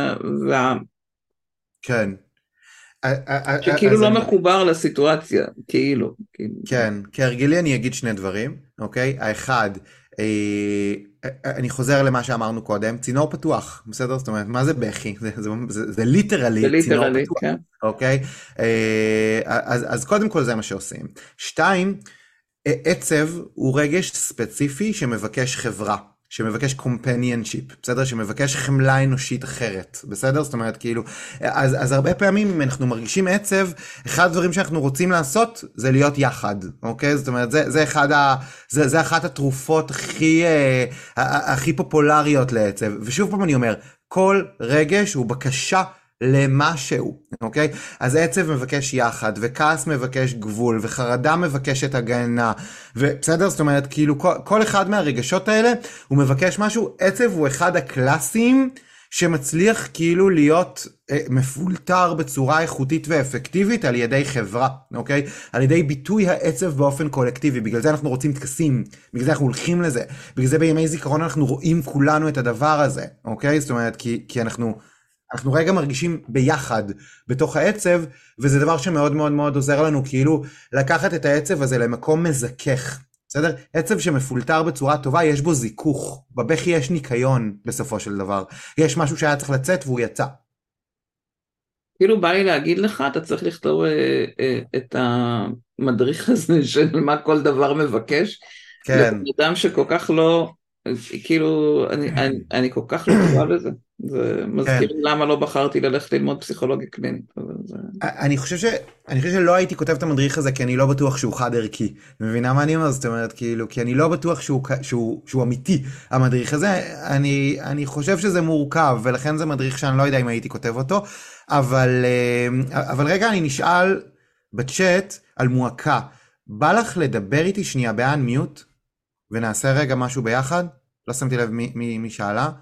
B: כן.
A: שכאילו לא מחובר לסיטואציה, כאילו.
B: כן, כהרגלי אני אגיד 2 דברים, אוקיי? האחד, אני חוזר למה שאמרנו קודם, צינור פתוח, בסדר? זאת אומרת, מה זה בכי? זה ליטרלי צינור פתוח, כן. אוקיי? אז קודם כל זה מה שעושים. 2, עצב הוא רגש ספציפי שמבקש חברה. שמבקש companionship, בסדר? שמבקש חמלה אנושית אחרת, בסדר? זאת אומרת, כאילו, אז הרבה פעמים אם אנחנו מרגישים עצב, אחד הדברים שאנחנו רוצים לעשות, זה להיות יחד, אוקיי? זאת אומרת, זה אחת התרופות הכי פופולריות לעצב, ושוב פעם אני אומר, כל רגש הוא בקשה למשהו, אוקיי? אז עצב מבקש יחד, וכעס מבקש גבול, וחרדה מבקשת הגנה, ובסדר? זאת אומרת, כאילו, כל אחד מהרגשות האלה, הוא מבקש משהו. עצב הוא אחד הקלאסיים, שמצליח כאילו להיות מפולטר בצורה איכותית ואפקטיבית על ידי חברה, אוקיי? על ידי ביטוי העצב באופן קולקטיבי. בגלל זה אנחנו רוצים טקסים, בגלל זה אנחנו הולכים לזה, בגלל זה בימי זיכרון אנחנו רואים כולנו את הדבר הזה, אוקיי? זאת אומרת, כי אנחנו רגע מרגישים ביחד בתוך העצב, וזה דבר שמאוד מאוד מאוד עוזר לנו, כאילו לקחת את העצב הזה למקום מזכך, בסדר? עצב שמפולטר בצורה טובה, יש בו זיכוך. בבכי יש ניקיון בסופו של דבר. יש משהו שהיה צריך לצאת והוא יצא.
A: כאילו בא לי להגיד לך, אתה צריך לכתוב את המדריך הזה של מה כל דבר מבקש.
B: כן.
A: לבן אדם שכל כך לא, כאילו, אני כל כך לא טובה לזה. זה מזכיר
B: כן.
A: למה לא בחרתי ללכת ללמוד פסיכולוגיה קלינית.
B: אני חושב שלא הייתי כותב את המדריך הזה, כי אני לא בטוח שהוא חד ערכי. מבינה מה אני אומר? זאת אומרת, כאילו, כי אני לא בטוח שהוא אמיתי, המדריך הזה. אני חושב שזה מורכב, ולכן זה מדריך שאני לא יודע אם הייתי כותב אותו. אבל רגע, אני נשאל בצ'אט על מועקה. בא לך לדבר איתי שנייה באנמיוט, ונעשה רגע משהו ביחד? לא שמתי לב מי שאלה.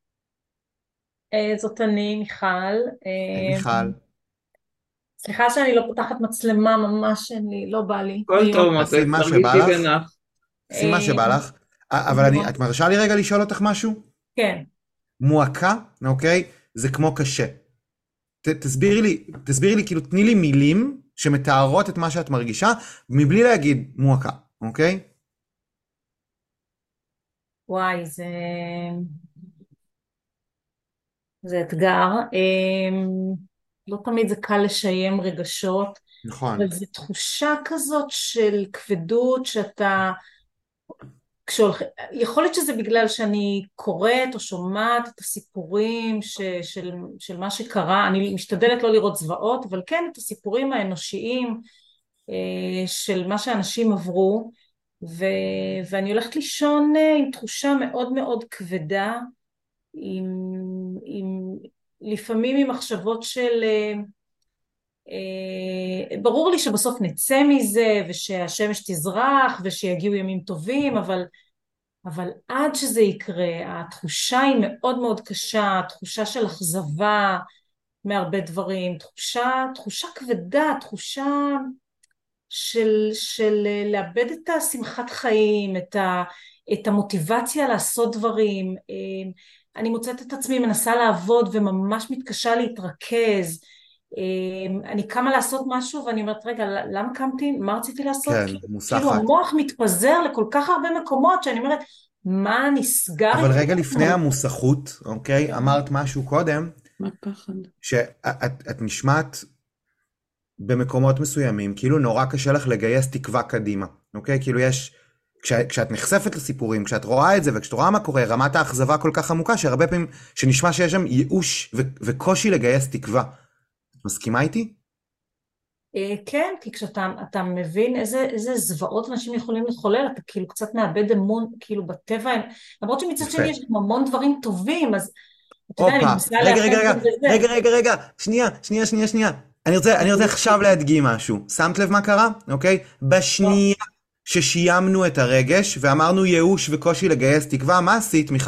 C: זאת אני, מיכל.
B: מיכל.
C: סליחה שאני לא פותחת מצלמה, ממש לא בא לי.
A: כל טוב,
B: עשי מה שבא לך. עשי מה שבא לך. אבל את מרשה לי רגע לשאול אותך משהו?
C: כן.
B: מועקה, אוקיי? זה כמו קשה. תסבירי לי, כאילו תני לי מילים שמתארות את מה שאת מרגישה, מבלי להגיד מועקה, אוקיי?
C: וואי, זה אתגר. לא תמיד זה קל לשיים רגשות.
B: נכון.
C: אבל זו תחושה כזאת של כבדות שאתה, יכול להיות שזה בגלל שאני קוראת או שומעת את הסיפורים של מה שקרה, אני משתדלת לא לראות זוועות, אבל כן את הסיפורים האנושיים של מה שאנשים עברו, ואני הולכת לישון עם תחושה מאוד מאוד כבדה, לפעמים עם מחשבות של ברור לי שבסוף נצא מזה ושהשמש תזרח ושיגיעו ימים טובים, אבל עד שזה יקרה התחושה היא מאוד מאוד קשה, תחושה של אכזבה מהרבה דברים, תחושה כבדה, תחושה של לאבד את השמחת חיים, את המוטיבציה לעשות דברים. אני מוצאת את עצמי מנסה לעבוד וממש מתקשה להתרכז, אני קמה לעשות משהו ואני אומרת רגע למה קמתי, מה רציתי לעשות?
B: כן, מוסחת.
C: כאילו המוח מתפזר לכל כך הרבה מקומות שאני אומרת מה נסגר.
B: אבל רגע לפני המוסחות, אוקיי, אמרת משהו קודם,
A: מה פחד?
B: שאת נשמעת במקומות מסוימים, כאילו נורא קשה לך לגייס תקווה קדימה, אוקיי? כאילו יש, כשאת נחשפת לסיפורים, כשאת רואה את זה וכשאת רואה מה קורה, רמת האכזבה כל כך עמוקה, שהרבה פעמים שנשמע שיש שם ייאוש וקושי לגייס תקווה. מסכימה איתי?
C: כן, כי כשאתה מבין איזה זוועות אנשים יכולים לחולל, אתה כאילו קצת מאבד אמון כאילו בטבע, למרות שמצד שני יש גם המון דברים טובים, אז אתה יודע, אני מנסה
B: רגע, שנייה. אני רוצה עכשיו להדגים משהו. שמת לב מה קרה? אוקיי? בשנייה ששיימנו את הרגש ואמרנו ייאוש וקושי לגייס תקווה, מה עשית, מיכל?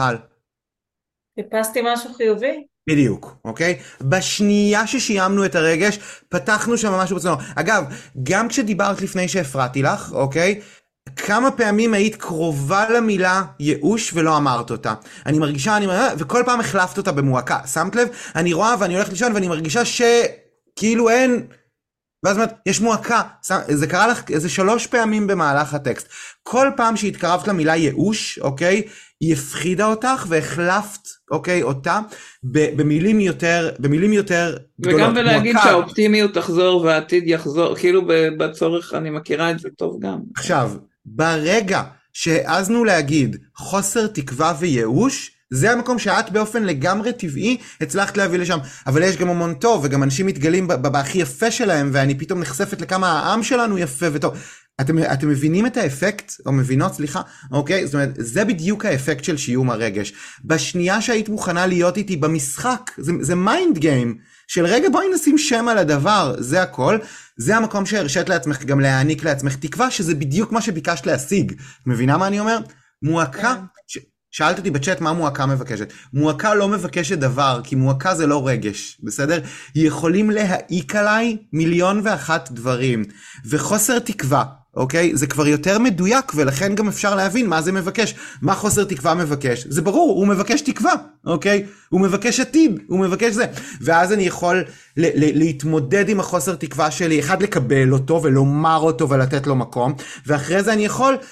C: חיפשתי משהו חיובי.
B: בדיוק, אוקיי? בשנייה ששיימנו את הרגש, פתחנו שם משהו בצנוע. אגב, גם כשדיברת לפני שהפרעתי לך, אוקיי? כמה פעמים היית קרובה למילה ייאוש ולא אמרת אותה. אני מרגישה, וכל פעם החלפת אותה במועקה. שמת לב? אני רואה ואני הולכת לישון ואני מרגישה שכאילו אין... ואז אומרת, יש מועקה. זה קרה לך איזה 3 פעמים במהלך הטקסט. כל פעם שהתקרבת למילה ייאוש, אוקיי? היא הפחידה אותך והחלפת, אוקיי, אותה במילים יותר גדולות.
A: וגם בלהגיד שהאופטימיות תחזור והעתיד יחזור, כאילו בצורך אני מכירה את זה טוב גם.
B: עכשיו, ברגע שהעזנו להגיד חוסר תקווה וייאוש, זה המקום שאת באופן לגמרי טבעי הצלחת להביא לשם. אבל יש גם המון טוב, וגם אנשים מתגלים בהכי יפה שלהם, ואני פתאום נחשפת לכמה העם שלנו יפה וטוב. אתם מבינים את האפקט, או מבינות, סליחה, אוקיי? זאת אומרת, זה בדיוק האפקט של שיום הרגש. בשנייה שהיית מוכנה להיות איתי במשחק, זה מיינד גיים, של רגע בואי נשים שם על הדבר, זה הכל. זה המקום שהרשת לעצמך גם להעניק לעצמך תקווה, שזה בדיוק מה שביקשת להשיג. מבינה מה אני אומר? מועקה, שאלת אותי בצ'אט מה מועקה מבקשת. מועקה לא מבקשת דבר, כי מועקה זה לא רגש, בסדר? יכולים להעיק עליי 1,001,000 דברים, וחוסר תקווה, אוקיי? זה כבר יותר מדויק, ולכן גם אפשר להבין מה זה מבקש. מה חוסר תקווה מבקש? זה ברור, הוא מבקש תקווה, אוקיי? הוא מבקש עתיד, הוא מבקש זה. ואז אני יכול להתמודד עם החוסר תקווה שלי, אחד לקבל אותו ולומר אותו ולתת לו מקום, ואחרי זה אני יכול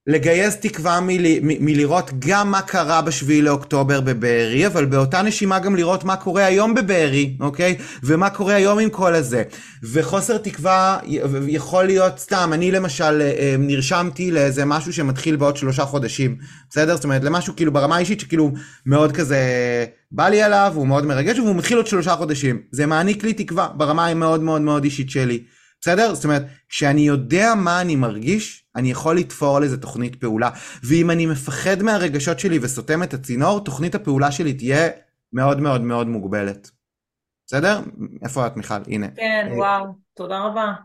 B: לגייס תקווה מלראות גם מה קרה בשביעי לאוקטובר בבארי, אבל באותה נשימה גם לראות מה קורה היום בבארי, אוקיי? ומה קורה היום עם כל הזה. וחוסר תקווה יכול להיות סתם, אני למשל נרשמתי לאיזה משהו שמתחיל בעוד 3 חודשים, בסדר? זאת אומרת, למשהו כאילו ברמה האישית שכאילו מאוד כזה בא לי עליו, הוא מאוד מרגש, והוא מתחיל עוד 3 חודשים. זה מעניק לי תקווה ברמה המאוד מאוד מאוד אישית שלי. בסדר? זאת אומרת, כשאני יודע מה אני מרגיש, אני יכול לתפור על איזה תוכנית פעולה, ואם אני מפחד מהרגשות שלי וסותם את הצינור, תוכנית הפעולה שלי תהיה מאוד מאוד מאוד מוגבלת. בסדר? איפה את, מיכל? הנה.
C: כן, וואו, תודה רבה.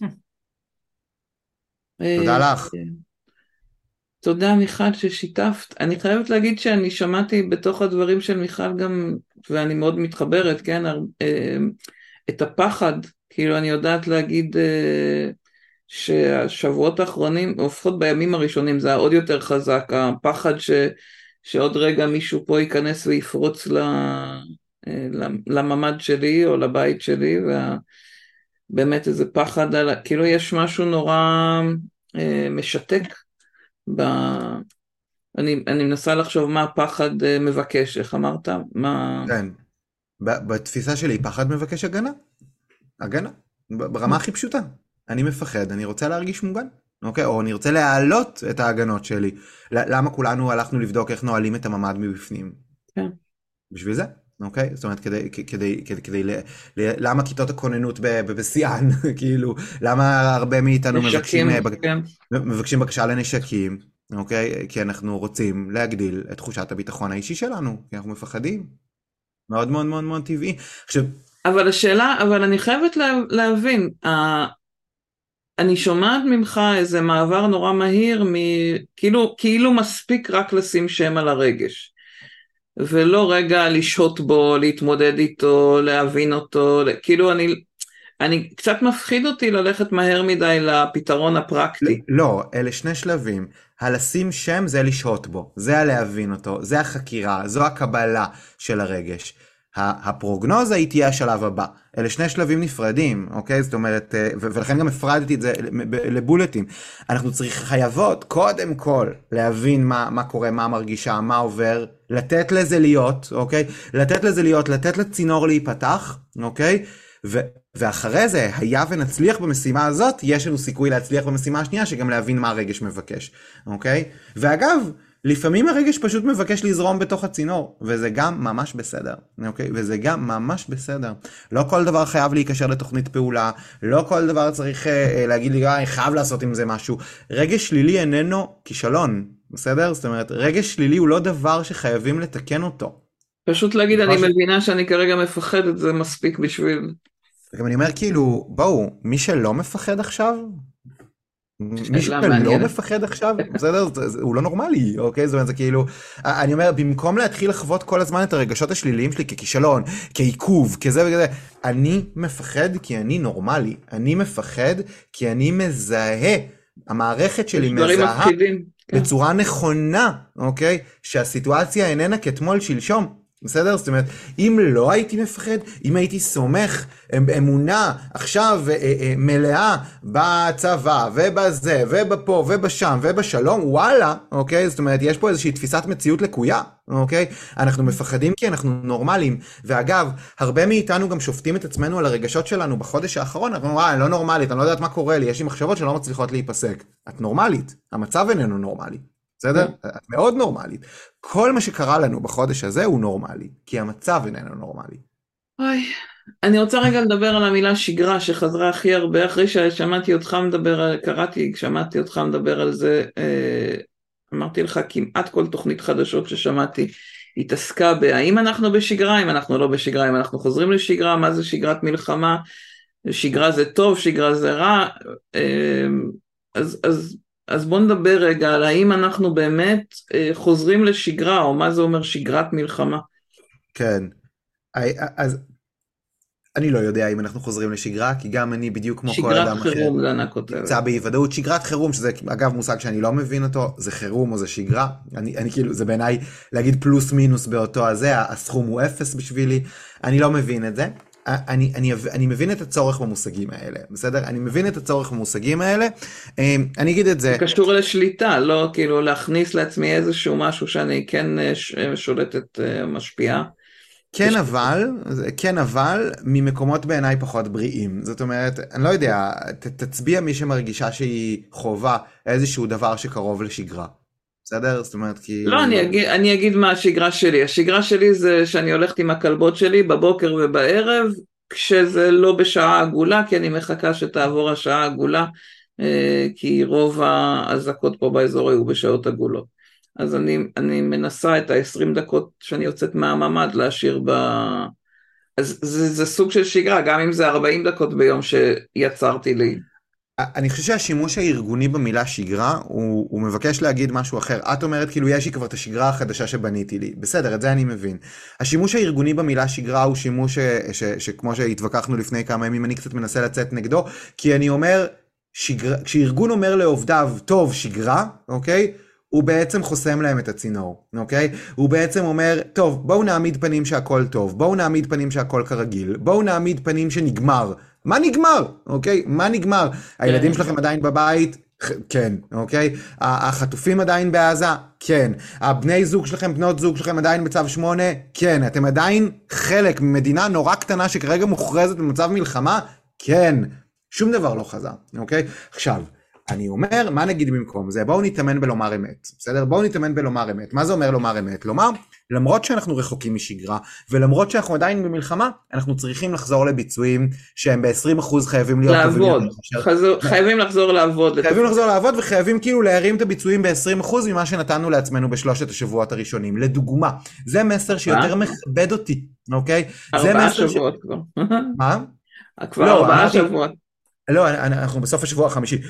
B: תודה לך.
A: תודה מיכל ששיתפת. אני חייבת להגיד שאני שמעתי בתוך הדברים של מיכל גם, ואני מאוד מתחברת, כן, את הפחד, כאילו אני יודעת להגיד שהשבועות האחרונים, או לפחות בימים הראשונים, זה עוד יותר חזק, הפחד שעוד רגע מישהו פה ייכנס ויפרוץ לממד שלי או לבית שלי, ובאמת איזה פחד, כאילו יש משהו נורא משתק, אני מנסה לחשוב מה הפחד מבקש, איך אמרת?
B: כן, בתפיסה שלי פחד מבקש הגנה. הגנה, ברמה הכי פשוטה. אני מפחד, אני רוצה להרגיש מוגן, אוקיי? או אני רוצה להעלות את ההגנות שלי. למה כולנו הלכנו לבדוק איך נועלים את הממד מבפנים?
A: כן.
B: בשביל זה, אוקיי? זאת אומרת, למה כיתות הכוננות בשיאן, כאילו, למה הרבה מאיתנו מבקשים בקשה לנשקים, אוקיי? כי אנחנו רוצים להגדיל את תחושת הביטחון האישי שלנו, כי אנחנו מפחדים. מאוד מאוד מאוד מאוד טבעי. עכשיו,
A: אבל אני חייבת להבין, אני שומעת ממך איזה מעבר נורא מהיר, כאילו מספיק רק לשים שם על הרגש, ולא רגע לשהות בו, להתמודד איתו, להבין אותו, כאילו אני קצת מפחיד אותי ללכת מהר מדי לפתרון הפרקטי.
B: לא, אלה 2 שלבים. הלשים שם זה לשהות בו, זה הלהבין אותו, זה החקירה, זו הקבלה של הרגש. הפרוגנוזה היא תהיה השלב הבא. אלה 2 שלבים נפרדים, אוקיי? זאת אומרת, ולכן גם הפרדתי את זה לבולטים. אנחנו חייבות קודם כל להבין מה קורה, מה מרגישה, מה עובר, לתת לזה להיות, אוקיי? לתת לצינור להיפתח, אוקיי? ואחרי זה, היה ונצליח במשימה הזאת, יש לנו סיכוי להצליח במשימה השנייה, שגם להבין מה הרגש מבקש, אוקיי? ואגב, לפעמים הרגש פשוט מבקש לזרום בתוך הצינור, וזה גם ממש בסדר, אוקיי? וזה גם ממש בסדר. לא כל דבר חייב להיקשר לתוכנית פעולה, לא כל דבר צריך להגיד לי, אני חייב לעשות עם זה משהו. רגש שלילי איננו כישלון, בסדר? זאת אומרת, רגש שלילי הוא לא דבר שחייבים לתקן אותו.
A: פשוט להגיד, אני מבינה שאני כרגע מפחדת, זה מספיק בשביל...
B: גם אני אומר, כאילו, בואו, מי שלא מפחד עכשיו... מי שלא מפחד עכשיו, בסדר? הוא לא נורמלי, אוקיי? זאת אומרת, זה כאילו, אני אומר, במקום להתחיל לחוות כל הזמן את הרגשות השליליים שלי ככישלון, כעיכוב, כזה וכזה, אני מפחד כי אני נורמלי, אני מפחד כי אני מזהה, המערכת שלי מזהה בצורה נכונה, אוקיי? שהסיטואציה איננה כתמול שלשום. בסדר? זאת אומרת, אם לא הייתי מפחד, אם הייתי סומך אמונה עכשיו מלאה בצבא ובזה ובפה ובשם ובשלום, וואלה, אוקיי? זאת אומרת, יש פה איזושהי תפיסת מציאות לקויה, אוקיי? אנחנו מפחדים כי אנחנו נורמליים, ואגב, הרבה מאיתנו גם שופטים את עצמנו על הרגשות שלנו בחודש האחרון, אנחנו אומרים, אני לא נורמלית, אני לא יודעת מה קורה לי, יש לי מחשבות שלא מצליחות להיפסק. את נורמלית, המצב איננו נורמלי. בסדר? את מאוד נורמלית. כל מה שקרה לנו בחודש הזה הוא נורמלי, כי המצב איננו נורמלי.
A: אוי, אני רוצה רגע לדבר על המילה שגרה שחזרה הכי הרבה, אחרי ששמעתי אותך מדבר, שמעתי אותך מדבר על זה, אמרתי לך כמעט כל תוכנית חדשות ששמעתי, התעסקה האם אנחנו בשגרה, אם אנחנו לא בשגרה, אם אנחנו חוזרים לשגרה, מה זה שגרת מלחמה, שגרה זה טוב, שגרה זה רע, אז בוא נדבר רגע על האם אנחנו באמת חוזרים לשגרה, או מה זה אומר שגרת מלחמה.
B: כן, אז אני לא יודע אם אנחנו חוזרים לשגרה, כי גם אני בדיוק כמו כל אדם אחר.
A: שגרת חירום, דנה כותבת.
B: נמצא באי-ודאות, שגרת חירום, שזה אגב מושג שאני לא מבין אותו, זה חירום או זה שגרה, אני כאילו, זה בעיניי להגיד פלוס מינוס באותו הזה, הסכום הוא 0 בשבילי, אני לא מבין את זה. אני מבין את הצורך במושגים האלה, בסדר? אני מבין את הצורך במושגים האלה. אני אגיד את זה.
D: זה קשור לשליטה, לא כאילו להכניס לעצמי איזשהו משהו שאני כן שולטת משפיעה.
B: כן, אבל ממקומות בעיניי פחות בריאים. זאת אומרת, אני לא יודע, תצביע מי שמרגישה שהיא חובה איזשהו דבר שקרוב לשגרה. בסדר? זאת אומרת, כי...
D: לא, אני אגיד מה השגרה שלי. השגרה שלי זה שאני הולכת עם הכלבות שלי בבוקר ובערב, כשזה לא בשעה עגולה, כי אני מחכה שתעבור השעה עגולה, כי רוב האזעקות פה באזור היו בשעות עגולות. אז אני מנסה את ה-20 דקות שאני יוצאת מהממד להשאיר אז זה סוג של שגרה, גם אם זה 40 דקות ביום שיצרתי לי.
B: אני חושב שהשימוש הארגוני במילה שגרה, הוא מבקש להגיד משהו אחר. את אומרת כאילו יש לי כבר את השגרה החדשה שבניתי לי. בסדר, את זה אני מבין. השימוש הארגוני במילה שגרה הוא שימוש שכמו שהתווכחנו לפני כמה ימים, אני קצת מנסה לצאת נגדו, כי אני אומר, כשארגון אומר לעובדיו, טוב, שגרה, אוקיי? הוא בעצם חוסם להם את הצינור, אוקיי? הוא בעצם אומר, טוב, בואו נעמיד פנים שהכל טוב, בואו נעמיד פנים שהכל כרגיל, בואו נעמיד פנים שנגמר. מה נגמר? אוקיי? מה נגמר? הילדים שלכם עדיין בבית? כן, אוקיי? החטופים עדיין בעזה? כן. הבני זוג שלכם, בנות זוג שלכם עדיין בצו 8? כן. אתם עדיין חלק ממדינה נורא קטנה שכרגע מוכרזת במצב מלחמה? כן. שום דבר לא חזר, אוקיי? עכשיו, אני אומר, מה נגיד במקום זה? בואו נתאמן בלומר אמת, בסדר? בואו נתאמן בלומר אמת. מה זה אומר לומר אמת? לומר, למרות שאנחנו רחוקים משגרה, ולמרות שאנחנו עדיין במלחמה, אנחנו צריכים לחזור לביצועים שהם ב-20% חייבים להיות
D: לעבוד. חייבים לחזור לעבוד.
B: חייבים לחזור לעבוד, וחייבים כאילו להרים את הביצועים ב-20% ממה שנתנו לעצמנו בשלושת השבועות הראשונים. לדוגמה, זה מסר שיותר מכבד אותי, אוקיי?
D: 4 שבועות כבר.
B: מה?
D: כבר 4 שבועות.
B: לא, אנחנו בסוף השבוע החמישי,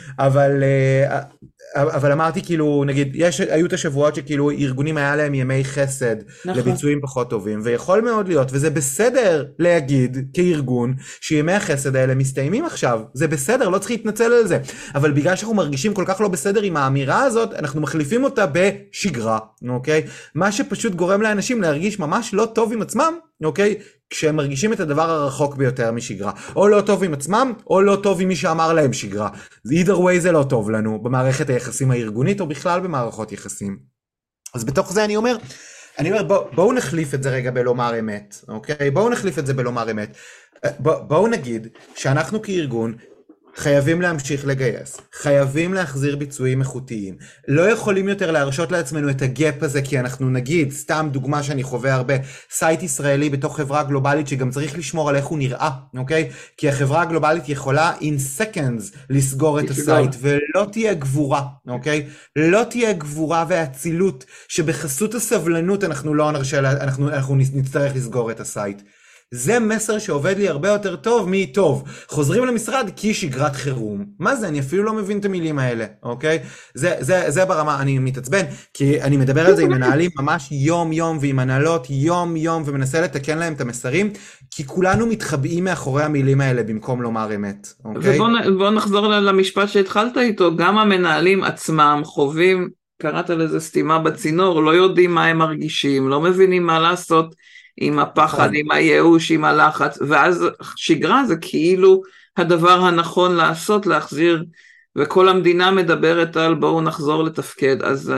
B: אבל אמרתי כאילו, נגיד, היו את השבועות שכאילו ארגונים היה להם ימי חסד לביצועים פחות טובים, ויכול מאוד להיות, וזה בסדר להגיד כארגון, שימי החסד האלה מסתיימים עכשיו, זה בסדר, לא צריך להתנצל על זה, אבל בגלל שאנחנו מרגישים כל כך לא בסדר עם האמירה הזאת, אנחנו מחליפים אותה בשגרה, אוקיי? מה שפשוט גורם לאנשים להרגיש ממש לא טוב עם עצמם, אוקיי? כשהם מרגישים את הדבר הרחוק ביותר משגרה. או לא טוב עם עצמם, או לא טוב עם מי שאמר להם שגרה. either way זה לא טוב לנו, במערכת היחסים הארגונית, או בכלל במערכות יחסים. אז בתוך זה אני אומר, בואו נחליף את זה רגע בלומר אמת, אוקיי? בואו נחליף את זה בלומר אמת. בואו נגיד שאנחנו כארגון, חייבים להמשיך לגייס, חייבים להחזיר ביצועים איכותיים, לא יכולים יותר להרשות לעצמנו את הגאפ הזה, כי אנחנו נגיד, סתם דוגמה שאני חווה הרבה, סייט ישראלי בתוך חברה גלובלית שגם צריך לשמור על איך הוא נראה, אוקיי? כי החברה הגלובלית יכולה in seconds לסגור את הסייט, ולא תהיה גבורה, אוקיי? לא תהיה גבורה והצילות, שבחסות הסבלנות אנחנו נצטרך לסגור את הסייט. זה מסר שעובד לי הרבה יותר טוב טוב. חוזרים למשרד כי שגרת חירום. מה זה? אני אפילו לא מבין את המילים האלה, אוקיי? זה ברמה, אני מתעצבן, כי אני מדבר על זה עם מנהלים ממש יום יום, ועם מנהלות יום יום, ומנסה לתקן להם את המסרים, כי כולנו מתחבאים מאחורי המילים האלה במקום לומר אמת, אוקיי?
D: ובוא נחזור למשפט שהתחלת איתו, גם המנהלים עצמם חווים, קראת לזה סתימה בצינור, לא יודעים מה הם מרגישים, לא מבינים מה לעשות, עם הפחד, עם הייאוש, עם הלחץ, ואז שגרה זה כאילו הדבר הנכון לעשות, להחזיר, וכל המדינה מדברת על בואו נחזור לתפקד,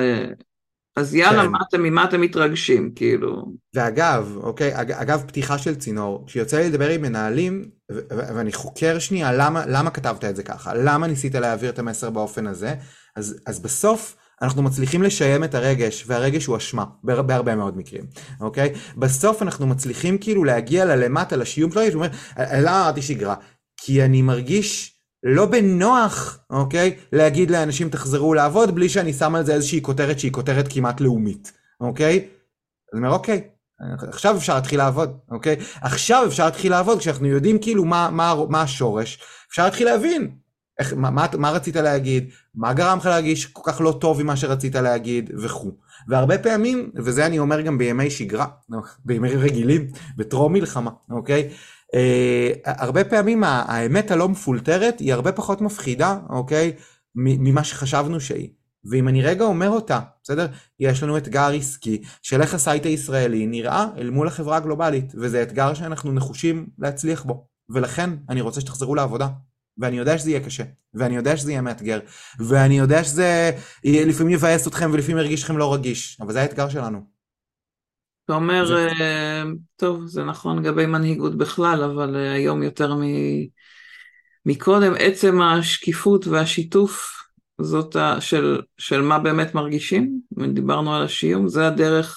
D: אז יאללה, ממה אתם מתרגשים, כאילו.
B: ואגב, אוקיי, אגב פתיחה של צינור, כשיוצא לי לדבר עם מנהלים, ואני חוקר שנייה, למה כתבת את זה ככה? למה ניסית להעביר את המסר באופן הזה? אז בסוף, אנחנו מצליחים לשיים את הרגש, והרגש הוא אשמה, בהרבה מאוד מקרים, אוקיי? בסוף אנחנו מצליחים כאילו להגיע ללמטה, לשיום שלו, שאומר, לא אמרתי שגרה, כי אני מרגיש לא בנוח, אוקיי? להגיד לאנשים תחזרו לעבוד, בלי שאני שם על זה איזושהי כותרת שהיא כותרת כמעט לאומית, אוקיי? אז אני אומר, אוקיי, עכשיו אפשר להתחיל לעבוד, אוקיי? עכשיו אפשר להתחיל לעבוד, כשאנחנו יודעים כאילו מה השורש, אפשר להתחיל להבין. מה רצית להגיד, מה גרם לך להגיש כל כך לא טוב עם מה שרצית להגיד וכו'. והרבה פעמים, וזה אני אומר גם בימי שגרה, בימי רגילים, בטרום מלחמה, אוקיי? הרבה פעמים האמת הלא מפולטרת היא הרבה פחות מפחידה, אוקיי? ממה שחשבנו שהיא. ואם אני רגע אומר אותה, בסדר? יש לנו אתגר עסקי של איך הסייט הישראלי נראה אל מול החברה הגלובלית, וזה אתגר שאנחנו נחושים להצליח בו, ולכן אני רוצה שתחזרו לעבודה, ואני יודע שזה יהיה קשה, ואני יודע שזה יהיה מאתגר, ואני יודע שזה לפעמים יבאס אתכם ולפעמים ירגיש לכם לא רגיש, אבל זה האתגר שלנו.
D: אתה אומר, טוב, זה נכון לגבי מנהיגות בכלל, אבל היום יותר מקודם, עצם השקיפות והשיתוף, זאת של מה באמת מרגישים, דיברנו על השיום, זה הדרך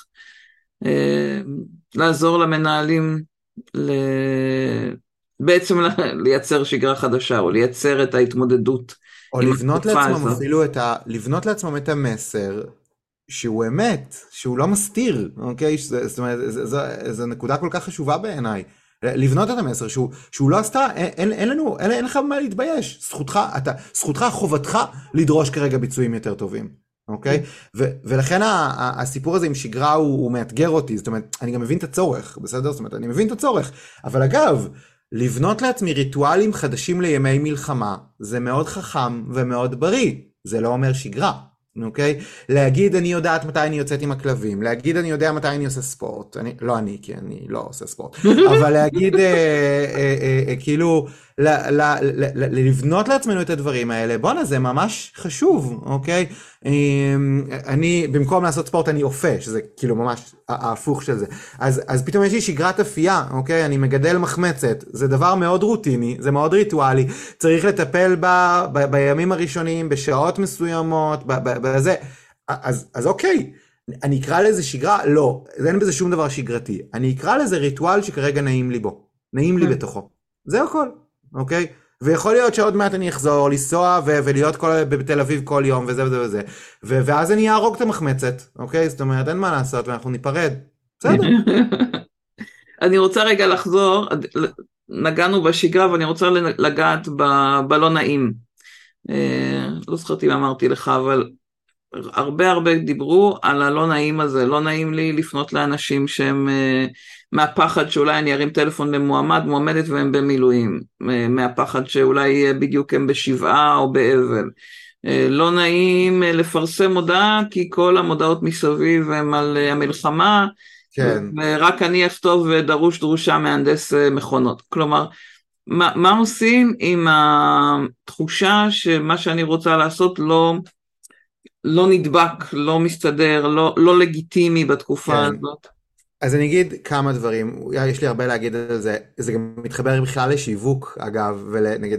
D: לעזור למנהלים בעצם לייצר שגרה חדשה, או לייצר את ההתמודדות.
B: או לבנות לעצמם אפילו לבנות לעצמם את המסר, שהוא אמת, שהוא לא מסתיר, אוקיי? זאת אומרת, זו נקודה כל כך חשובה בעיניי. לבנות את המסר, שהוא לא עשתה, אין לך מה להתבייש. זכותך, חובתך לדרוש כרגע ביצועים יותר טובים, אוקיי? ולכן הסיפור הזה עם שגרה הוא מאתגר אותי, זאת אומרת, אני גם מבין את הצורך, בסדר? זאת אומרת, אני מבין את הצורך, אבל אגב, לבנות לעצמי ריטואלים חדשים לימי מלחמה, זה מאוד חכם ומאוד בריא, זה לא אומר שגרה. אוקיי? להגיד אני יודעת מתי אני יוצאת עם הכלבים, להגיד אני יודע מתי אני עושה ספורט, לא אני, כי אני לא עושה ספורט, אבל להגיד כאילו לבנות לעצמנו את הדברים האלה, בוא'נה זה ממש חשוב, אוקיי? אני במקום לעשות ספורט אני אופה, שזה כאילו ממש ההפוך של זה, אז פתאום יש לי שגרת אפייה, אוקיי? אני מגדל מחמצת, זה דבר מאוד רוטיני, זה מאוד ריטואלי, צריך לטפל בה בימים הראשונים, בשעות מסוימות, בזה, אז אוקיי, אני אקרא לזה שגרה? לא, אין בזה שום דבר שגרתי, אני אקרא לזה ריטואל שכרגע נעים לי בו, נעים לי בתוכו, זה הכל, אוקיי? ויכול להיות שעוד מעט אני אחזור, לנסוע ולהיות בתל אביב כל יום וזה וזה וזה, ואז אני אהרוג את המחמצת, אוקיי? זאת אומרת, אין מה לעשות ואנחנו ניפרד, בסדר.
D: אני רוצה רגע לחזור, נגענו בשגרה ואני רוצה לגעת בלא נעים. לא זכרתי מה אמרתי לך, אבל הרבה דיברו על הלא נעים הזה, לא נעים לי לפנות לאנשים שהם מהפחד שאולי אני ארים טלפון למועמדת והם במילואים, מהפחד שאולי בדיוק הם בשבעה או באבל, לא נעים לפרסם מודעה כי כל המודעות מסביב הם על המלחמה,
B: כן.
D: ורק אני אכתוב דרושה מהנדס מכונות, כלומר מה עושים עם התחושה שמה שאני רוצה לעשות לא נדבק, לא מסתדר, לא לגיטימי בתקופה
B: כן.
D: הזאת?
B: אז אני אגיד כמה דברים, יש לי הרבה להגיד על זה, זה גם מתחבר בכלל לשיווק, אגב, ולנגיד,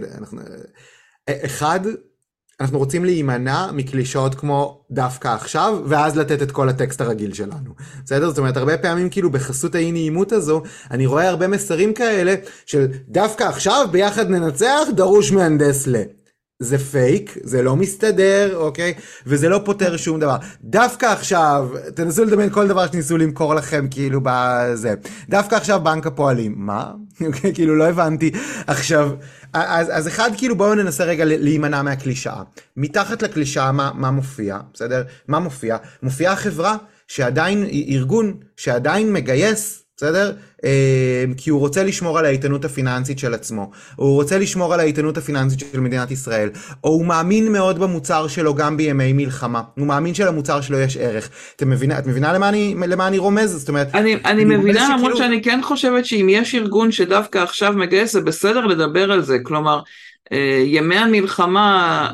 B: אחד, אנחנו רוצים להימנע מקלישאות כמו דווקא עכשיו, ואז לתת את כל הטקסט הרגיל שלנו. בסדר? זאת אומרת, הרבה פעמים כאילו בחסות האי נעימות הזו, אני רואה הרבה מסרים כאלה, של דווקא עכשיו ביחד ננצח, דרוש מהנדס ל. זה פייק, זה לא מסתדר, אוקיי? וזה לא פותר שום דבר. דווקא עכשיו, תנסו לדמיין כל דבר שניסו למכור לכם, כאילו בזה. דווקא עכשיו בנק הפועלים. מה? אוקיי, כאילו לא הבנתי. עכשיו, אז אחד, כאילו בואו ננסה רגע להימנע מהקלישאה. מתחת לקלישאה מה מופיע? בסדר? מה מופיע? מופיעה חברה שעדיין, ארגון שעדיין מגייס, בסדר? כי הוא רוצה לשמור על האיתנות הפיננסית של עצמו, הוא רוצה לשמור על האיתנות הפיננסית של מדינת ישראל, או הוא מאמין מאוד במוצר שלו גם בימי מלחמה, הוא מאמין שלמוצר שלו יש ערך. את מבינה למה אני רומז? זאת אומרת,
D: אני מבינה, למרות שאני כן חושבת שאם יש ארגון שדווקא עכשיו מגייס, זה בסדר לדבר על זה, כלומר, ימי המלחמה,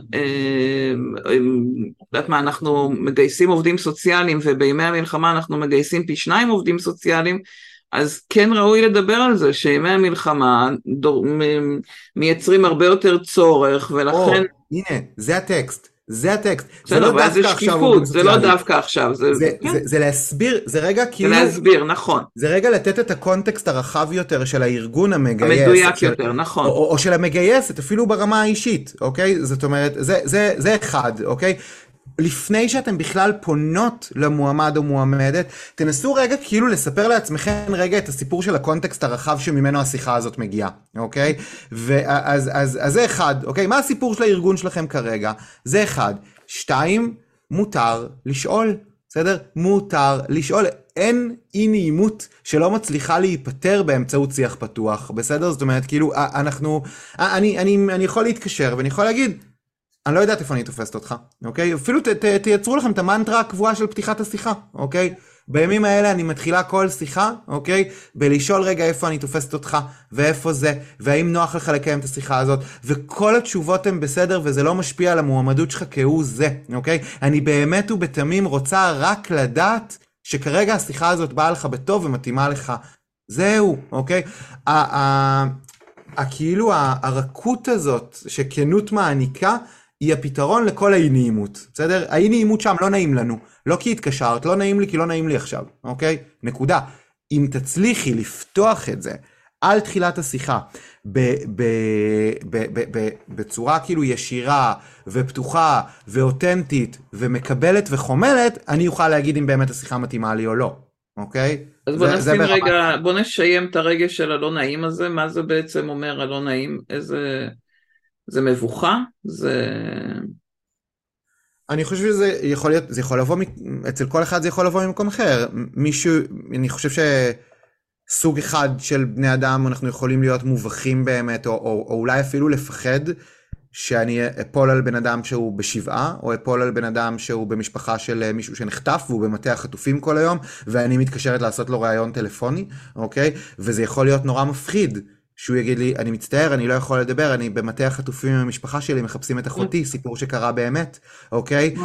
D: יודעת מה, אנחנו מגייסים עובדים סוציאליים, ובימי המלחמה אנחנו מגייסים פי 2 עובדים סוציאליים, אז כן ראוי לדבר על זה, שימי המלחמה מייצרים הרבה יותר צורך, ולכן...
B: הנה, זה הטקסט. זה הטקסט.
D: זה לא דווקא עכשיו. זה לא דווקא עכשיו.
B: זה להסביר, זה רגע כאילו...
D: זה להסביר, נכון. זה
B: רגע לתת את הקונטקסט הרחב יותר של הארגון המגייס.
D: המדויק יותר, נכון.
B: או של המגייסת, אפילו ברמה האישית, אוקיי? זאת אומרת, זה אחד, אוקיי? לפני שאתם בכלל פונות למועמד או מועמדת, תנסו רגע כאילו לספר לעצמכם רגע את הסיפור של הקונטקסט הרחב שממנו השיחה הזאת מגיעה, אוקיי? אז זה אחד, אוקיי? מה הסיפור של הארגון שלכם כרגע? זה אחד. 2, מותר לשאול, בסדר? מותר לשאול. אין אי נעימות שלא מצליחה להיפטר באמצעות שיח פתוח, בסדר? זאת אומרת, כאילו, אני יכול להתקשר ואני יכול להגיד, אני לא יודעת איפה אני תופסת אותך, אוקיי? אפילו תייצרו לכם את המנטרה הקבועה של פתיחת השיחה, אוקיי? בימים האלה אני מתחילה כל שיחה, אוקיי? בלשאול רגע איפה אני תופסת אותך, ואיפה זה, והאם נוח לך לקיים את השיחה הזאת, וכל התשובות הן בסדר, וזה לא משפיע על המועמדות שלך כהוא זה, אוקיי? אני באמת ובתמים רוצה רק לדעת שכרגע השיחה הזאת באה לך בטוב ומתאימה לך. זהו, אוקיי? כאילו הרכות הזאת שכנות מעניקה, היא הפתרון לכל האי נעימות, בסדר? האי נעימות שם לא נעים לנו, לא כי התקשרת, לא נעים לי כי לא נעים לי עכשיו, אוקיי? נקודה. אם תצליחי לפתוח את זה על תחילת השיחה, בצורה כאילו ישירה ופתוחה ואותנטית ומקבלת וחומלת, אני אוכל להגיד אם באמת השיחה מתאימה לי או לא, אוקיי?
D: אז בוא נשים רגע, בוא נשיים את הרגש של הלא נעים הזה, מה זה בעצם אומר הלא נעים, איזה... זה מבוכה? זה...
B: אני חושב שזה יכול להיות, זה יכול לבוא, אצל כל אחד זה יכול לבוא ממקום אחר. מישהו, אני חושב שסוג אחד של בני אדם אנחנו יכולים להיות מובכים באמת, או אולי אפילו לפחד שאני אפול על בן אדם שהוא בשבעה, או אפול על בן אדם שהוא במשפחה של מישהו שנחטף, והוא במטה החטופים כל היום, ואני מתקשרת לעשות לו ראיון טלפוני, אוקיי? וזה יכול להיות נורא מפחיד. שהוא יגיד לי, אני מצטער, אני לא יכול לדבר, אני במטה החטופים עם המשפחה שלי, מחפשים את אחותי, סיפור שקרה באמת, אוקיי?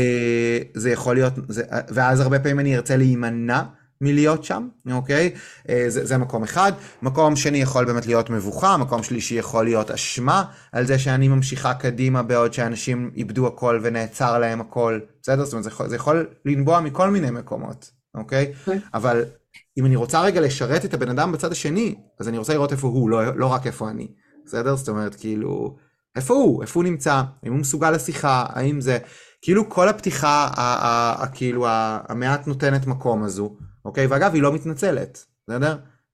B: זה יכול להיות, ואז הרבה פעמים אני ארצה להימנע מלהיות שם, אוקיי? זה מקום אחד. מקום שני יכול באמת להיות מבוכה, מקום שלישי יכול להיות אשמה, על זה שאני ממשיכה קדימה בעוד שאנשים איבדו הכל ונעצר להם הכל, בסדר? זאת אומרת, זה יכול לנבוע מכל מיני מקומות, אוקיי? אבל... אם אני רוצה רגע לשרת את הבן אדם בצד השני, אז אני רוצה לראות איפה הוא, לא רק איפה אני. בסדר? זאת אומרת, כאילו, איפה הוא נמצא? האם הוא מסוגל לשיחה? האם זה... כאילו כל הפתיחה, כאילו, המעט נותנת מקום הזו, אוקיי? ואגב, היא לא מתנצלת. בסדר?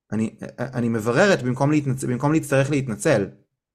B: אני מבררת במקום להצטרך להתנצל.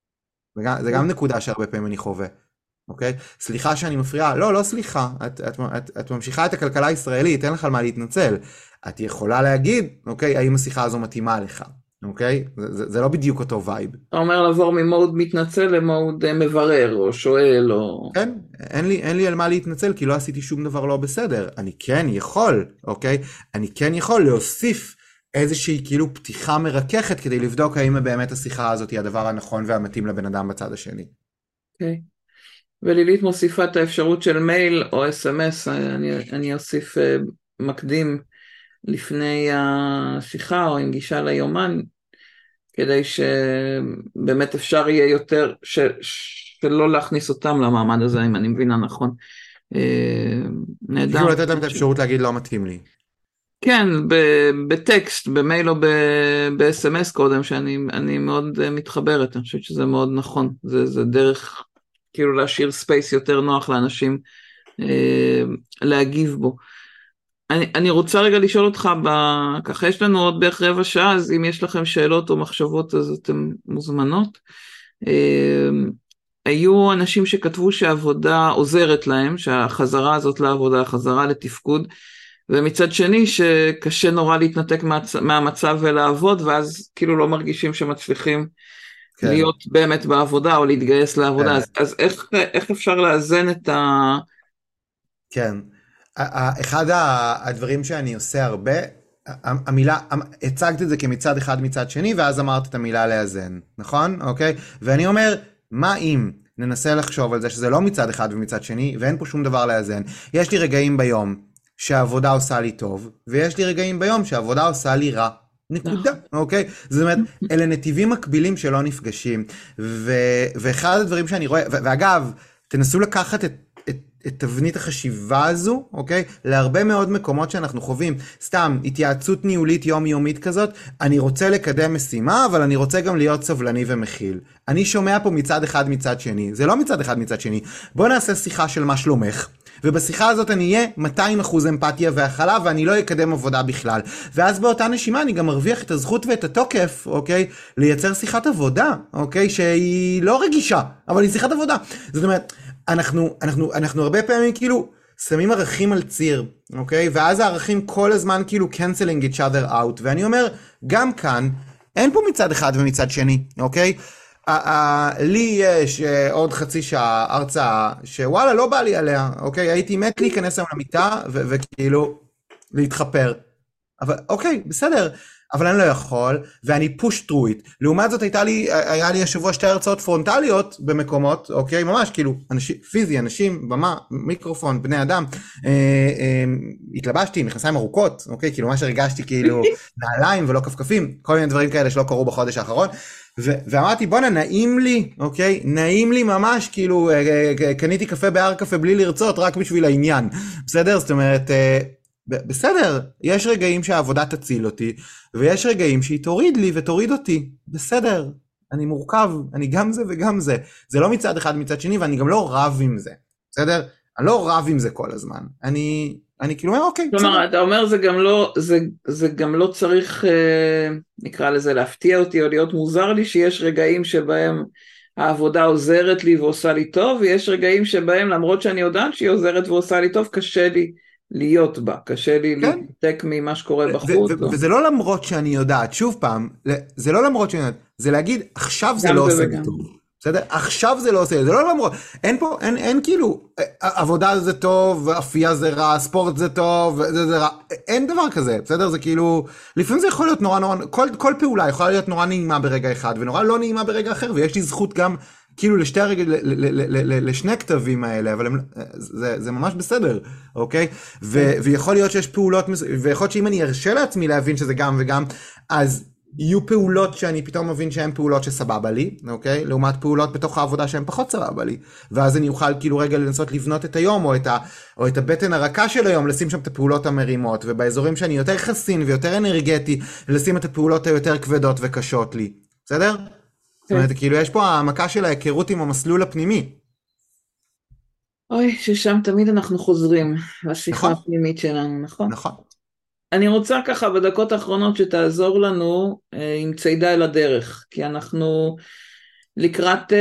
B: זה גם נקודה שהרבה פעמים אני חווה. אוקיי? סליחה שאני מפריעה. לא סליחה. את ממשיכה את הכלכלה הישראלית, אין לך על מה להתנצל. את יכולה להגיד, אוקיי, האם השיחה הזו מתאימה לך, אוקיי? זה לא בדיוק אותו וייב.
D: אתה אומר לעבור ממוד מתנצל למוד מברר, או שואל, או...
B: כן, אין לי על מה להתנצל, כי לא עשיתי שום דבר לא בסדר. אני כן יכול, אוקיי? אני כן יכול להוסיף איזושהי כאילו פתיחה מרככת, כדי לבדוק האם באמת השיחה הזאת היא הדבר הנכון והמתאים לבן אדם בצד השני.
D: אוקיי. ולילית מוסיפה את האפשרות של מייל או SMS, אני אוסיף מקדים, לפני השיחה או עם גישה ליומן, כדי שבאמת אפשר יהיה יותר, שלא להכניס אותם למעמד הזה, אם אני מבינה נכון. נהדר.
B: כאילו לתת להם את האפשרות להגיד לא מתאים לי.
D: כן, בטקסט, במייל או ב-SMS קודם, שאני מאוד מתחברת, אני חושבת שזה מאוד נכון, זה דרך כאילו להשאיר ספייס יותר נוח לאנשים להגיב בו. אני רוצה רגע לשאול אותך, ככה יש לנו עוד בערך רבע שעה, אז אם יש לכם שאלות או מחשבות, אז אתם מוזמנות. היו אנשים שכתבו שהעבודה עוזרת להם, שהחזרה הזאת לעבודה, החזרה לתפקוד, ומצד שני שקשה נורא להתנתק מהמצב ולעבוד, ואז כאילו לא מרגישים שמצליחים להיות באמת בעבודה, או להתגייס לעבודה. אז איך אפשר לאזן את ה...
B: כן. אחד הדברים שאני עושה הרבה, המילה, הצגת את זה כמצד אחד מצד שני, ואז אמרת את המילה לאזן, נכון? אוקיי? ואני אומר, מה אם ננסה לחשוב על זה שזה לא מצד אחד ומצד שני, ואין פה שום דבר לאזן. יש לי רגעים ביום שהעבודה עושה לי טוב, ויש לי רגעים ביום שהעבודה עושה לי רע. נקודה, אוקיי? זאת אומרת, אלה נתיבים מקבילים שלא נפגשים, ואחד הדברים שאני רואה, ואגב, תנסו לקחת את תבנית החשיבה הזו, אוקיי? להרבה מאוד מקומות שאנחנו חווים. סתם, התייעצות ניהולית יומיומית כזאת, אני רוצה לקדם משימה, אבל אני רוצה גם להיות סבלני ומכיל. אני שומע פה מצד אחד מצד שני. זה לא מצד אחד מצד שני. בוא נעשה שיחה של מה שלומך. ובשיחה הזאת אני אהיה 200% אמפתיה והכלה, ואני לא אקדם עבודה בכלל. ואז באותה נשימה אני גם מרוויח את הזכות ואת התוקף, אוקיי? לייצר שיחת עבודה, אוקיי? שהיא לא רגישה, אבל היא שיחת עבודה. זאת אומרת, אנחנו הרבה פעמים כאילו שמים ערכים על ציר, אוקיי? ואז הערכים כל הזמן כאילו canceling each other out, ואני אומר, גם כאן, אין פה מצד אחד ומצד שני, אוקיי? לי יש עוד חצי שעה הרצאה שוואלה לא בא לי עליה, אוקיי? הייתי מת להיכנס היום למיטה וכאילו להתחפר. אבל אוקיי, בסדר, אבל אני לא יכול, ואני push through it. לעומת זאת היה לי השבוע 2 הרצאות פרונטליות במקומות, אוקיי? ממש כאילו, פיזי, אנשים, במה, מיקרופון, בני אדם. התלבשתי, מכנסיים ארוכות, אוקיי? כאילו ממש הרגשתי כאילו נעליים ולא כפכפים, כל מיני דברים כאלה שלא קרו בחודש האחרון. ואמרתי בוא'נה, נעים לי, אוקיי? נעים לי ממש, כאילו קניתי קפה בהר קפה בלי לרצות, רק בשביל העניין. בסדר? זאת אומרת, בסדר, יש רגעים שהעבודה תציל אותי, ויש רגעים שהיא תוריד לי ותוריד אותי. בסדר, אני מורכב, אני גם זה וגם זה. זה לא מצד אחד מצד שני, ואני גם לא רב עם זה. בסדר? אני לא רב עם זה כל הזמן. אני כאילו אומר, אוקיי, בסדר.
D: כלומר, אתה אומר, זה גם לא צריך, נקרא לזה, להפתיע אותי או להיות מוזר לי, שיש רגעים שבהם העבודה עוזרת לי ועושה לי טוב, ויש רגעים שבהם, למרות שאני יודעת שהיא עוזרת ועושה לי טוב, קשה לי להיות בה, קשה לי להתנתק ממה שקורה בחוץ.
B: וזה לא למרות שאני יודעת, שוב פעם, זה לא למרות שאני יודעת, זה להגיד, עכשיו זה לא עושה לי טוב. בסדר? עכשיו זה לא עושה, זה לא למרות, אין פה, אין כאילו, עבודה זה טוב, אפייה זה רע, ספורט זה טוב, זה רע, אין דבר כזה, בסדר? זה כאילו, לפעמים זה יכול להיות נורא, כל פעולה יכולה להיות נורא נעימה ברגע אחד, ונורא לא נעימה ברגע אחר, ויש לי זכות גם, כאילו לשני כתבים האלה, אבל זה ממש בסדר, אוקיי? ויכול להיות שיש פעולות, ויכול להיות שאם אני ארשה לעצמי להבין שזה גם וגם, אז יהיו פעולות שאני פתאום מבין שהן פעולות שסבבה לי, אוקיי? לעומת פעולות בתוך העבודה שהן פחות סבבה לי. ואז אני אוכל כאילו רגע לנסות לבנות את היום, או את הבטן הרכה של היום, לשים שם את הפעולות המרימות, ובאזורים שאני יותר חסין ויותר אנרגטי, לשים את הפעולות היותר כבדות וקשות לי. בסדר? זאת אומרת, כאילו יש פה העמקה של ההיכרות עם המסלול הפנימי.
D: אוי, ששם תמיד אנחנו חוזרים לשיחה הפנימית שלנו, נכון?
B: נכון.
D: אני רוצה ככה בדקות האחרונות שתעזור לנו עם צידה אל הדרך, כי אנחנו לקראת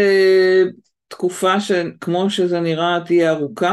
D: תקופה שכמו שזה נראה תהיה ארוכה,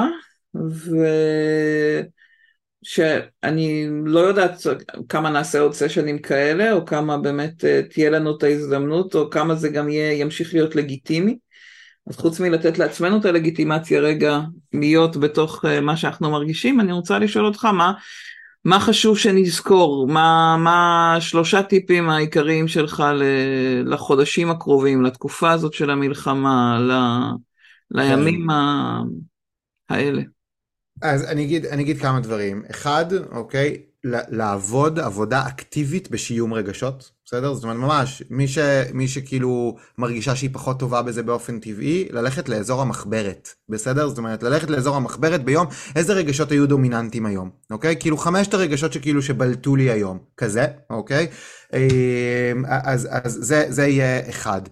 D: ושאני לא יודעת כמה נעשה עוד סשנים כאלה, או כמה באמת תהיה לנו את ההזדמנות, או כמה זה גם ימשיך להיות לגיטימי. אז חוץ מלתת לעצמנו את הלגיטימציה רגע להיות בתוך מה שאנחנו מרגישים, אני רוצה לשאול אותך מה חשוב שנזכור, מה 3 טיפים העיקריים שלך לחודשים הקרובים, לתקופה הזאת של המלחמה, לימים האלה.
B: אז אני אגיד כמה דברים. 1, אוקיי, לעבוד עבודה אקטיבית בשיום רגשות, בסדר? זאת אומרת, ממש, מי שכאילו מרגישה שהיא פחות טובה בזה באופן טבעי, ללכת לאזור המחברת, בסדר? זאת אומרת, ללכת לאזור המחברת ביום, איזה רגשות היו דומיננטיים היום, אוקיי? כאילו 5 הרגשות שכאילו שבלטו לי היום, כזה, אוקיי? אז זה יהיה 1.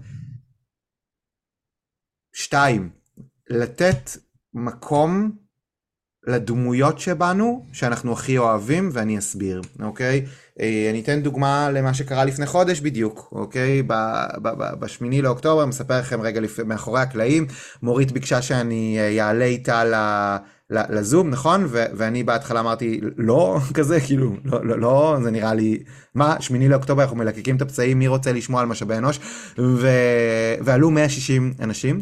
B: 2, לתת מקום לדמויות שבנו, שאנחנו הכי אוהבים, ואני אסביר, אוקיי? אני אתן דוגמה למה שקרה לפני חודש בדיוק, אוקיי? ב8 לאוקטובר, מספר לכם רגע מאחורי הקלעים, מורית ביקשה שאני יעלה איתה לזום, נכון? ואני בהתחלה אמרתי, לא, כזה, כאילו, לא, זה נראה לי, מה, 8 לאוקטובר אנחנו מלקקים את הפצעים, מי רוצה לשמוע על משאבי אנוש? ועלו 160 אנשים,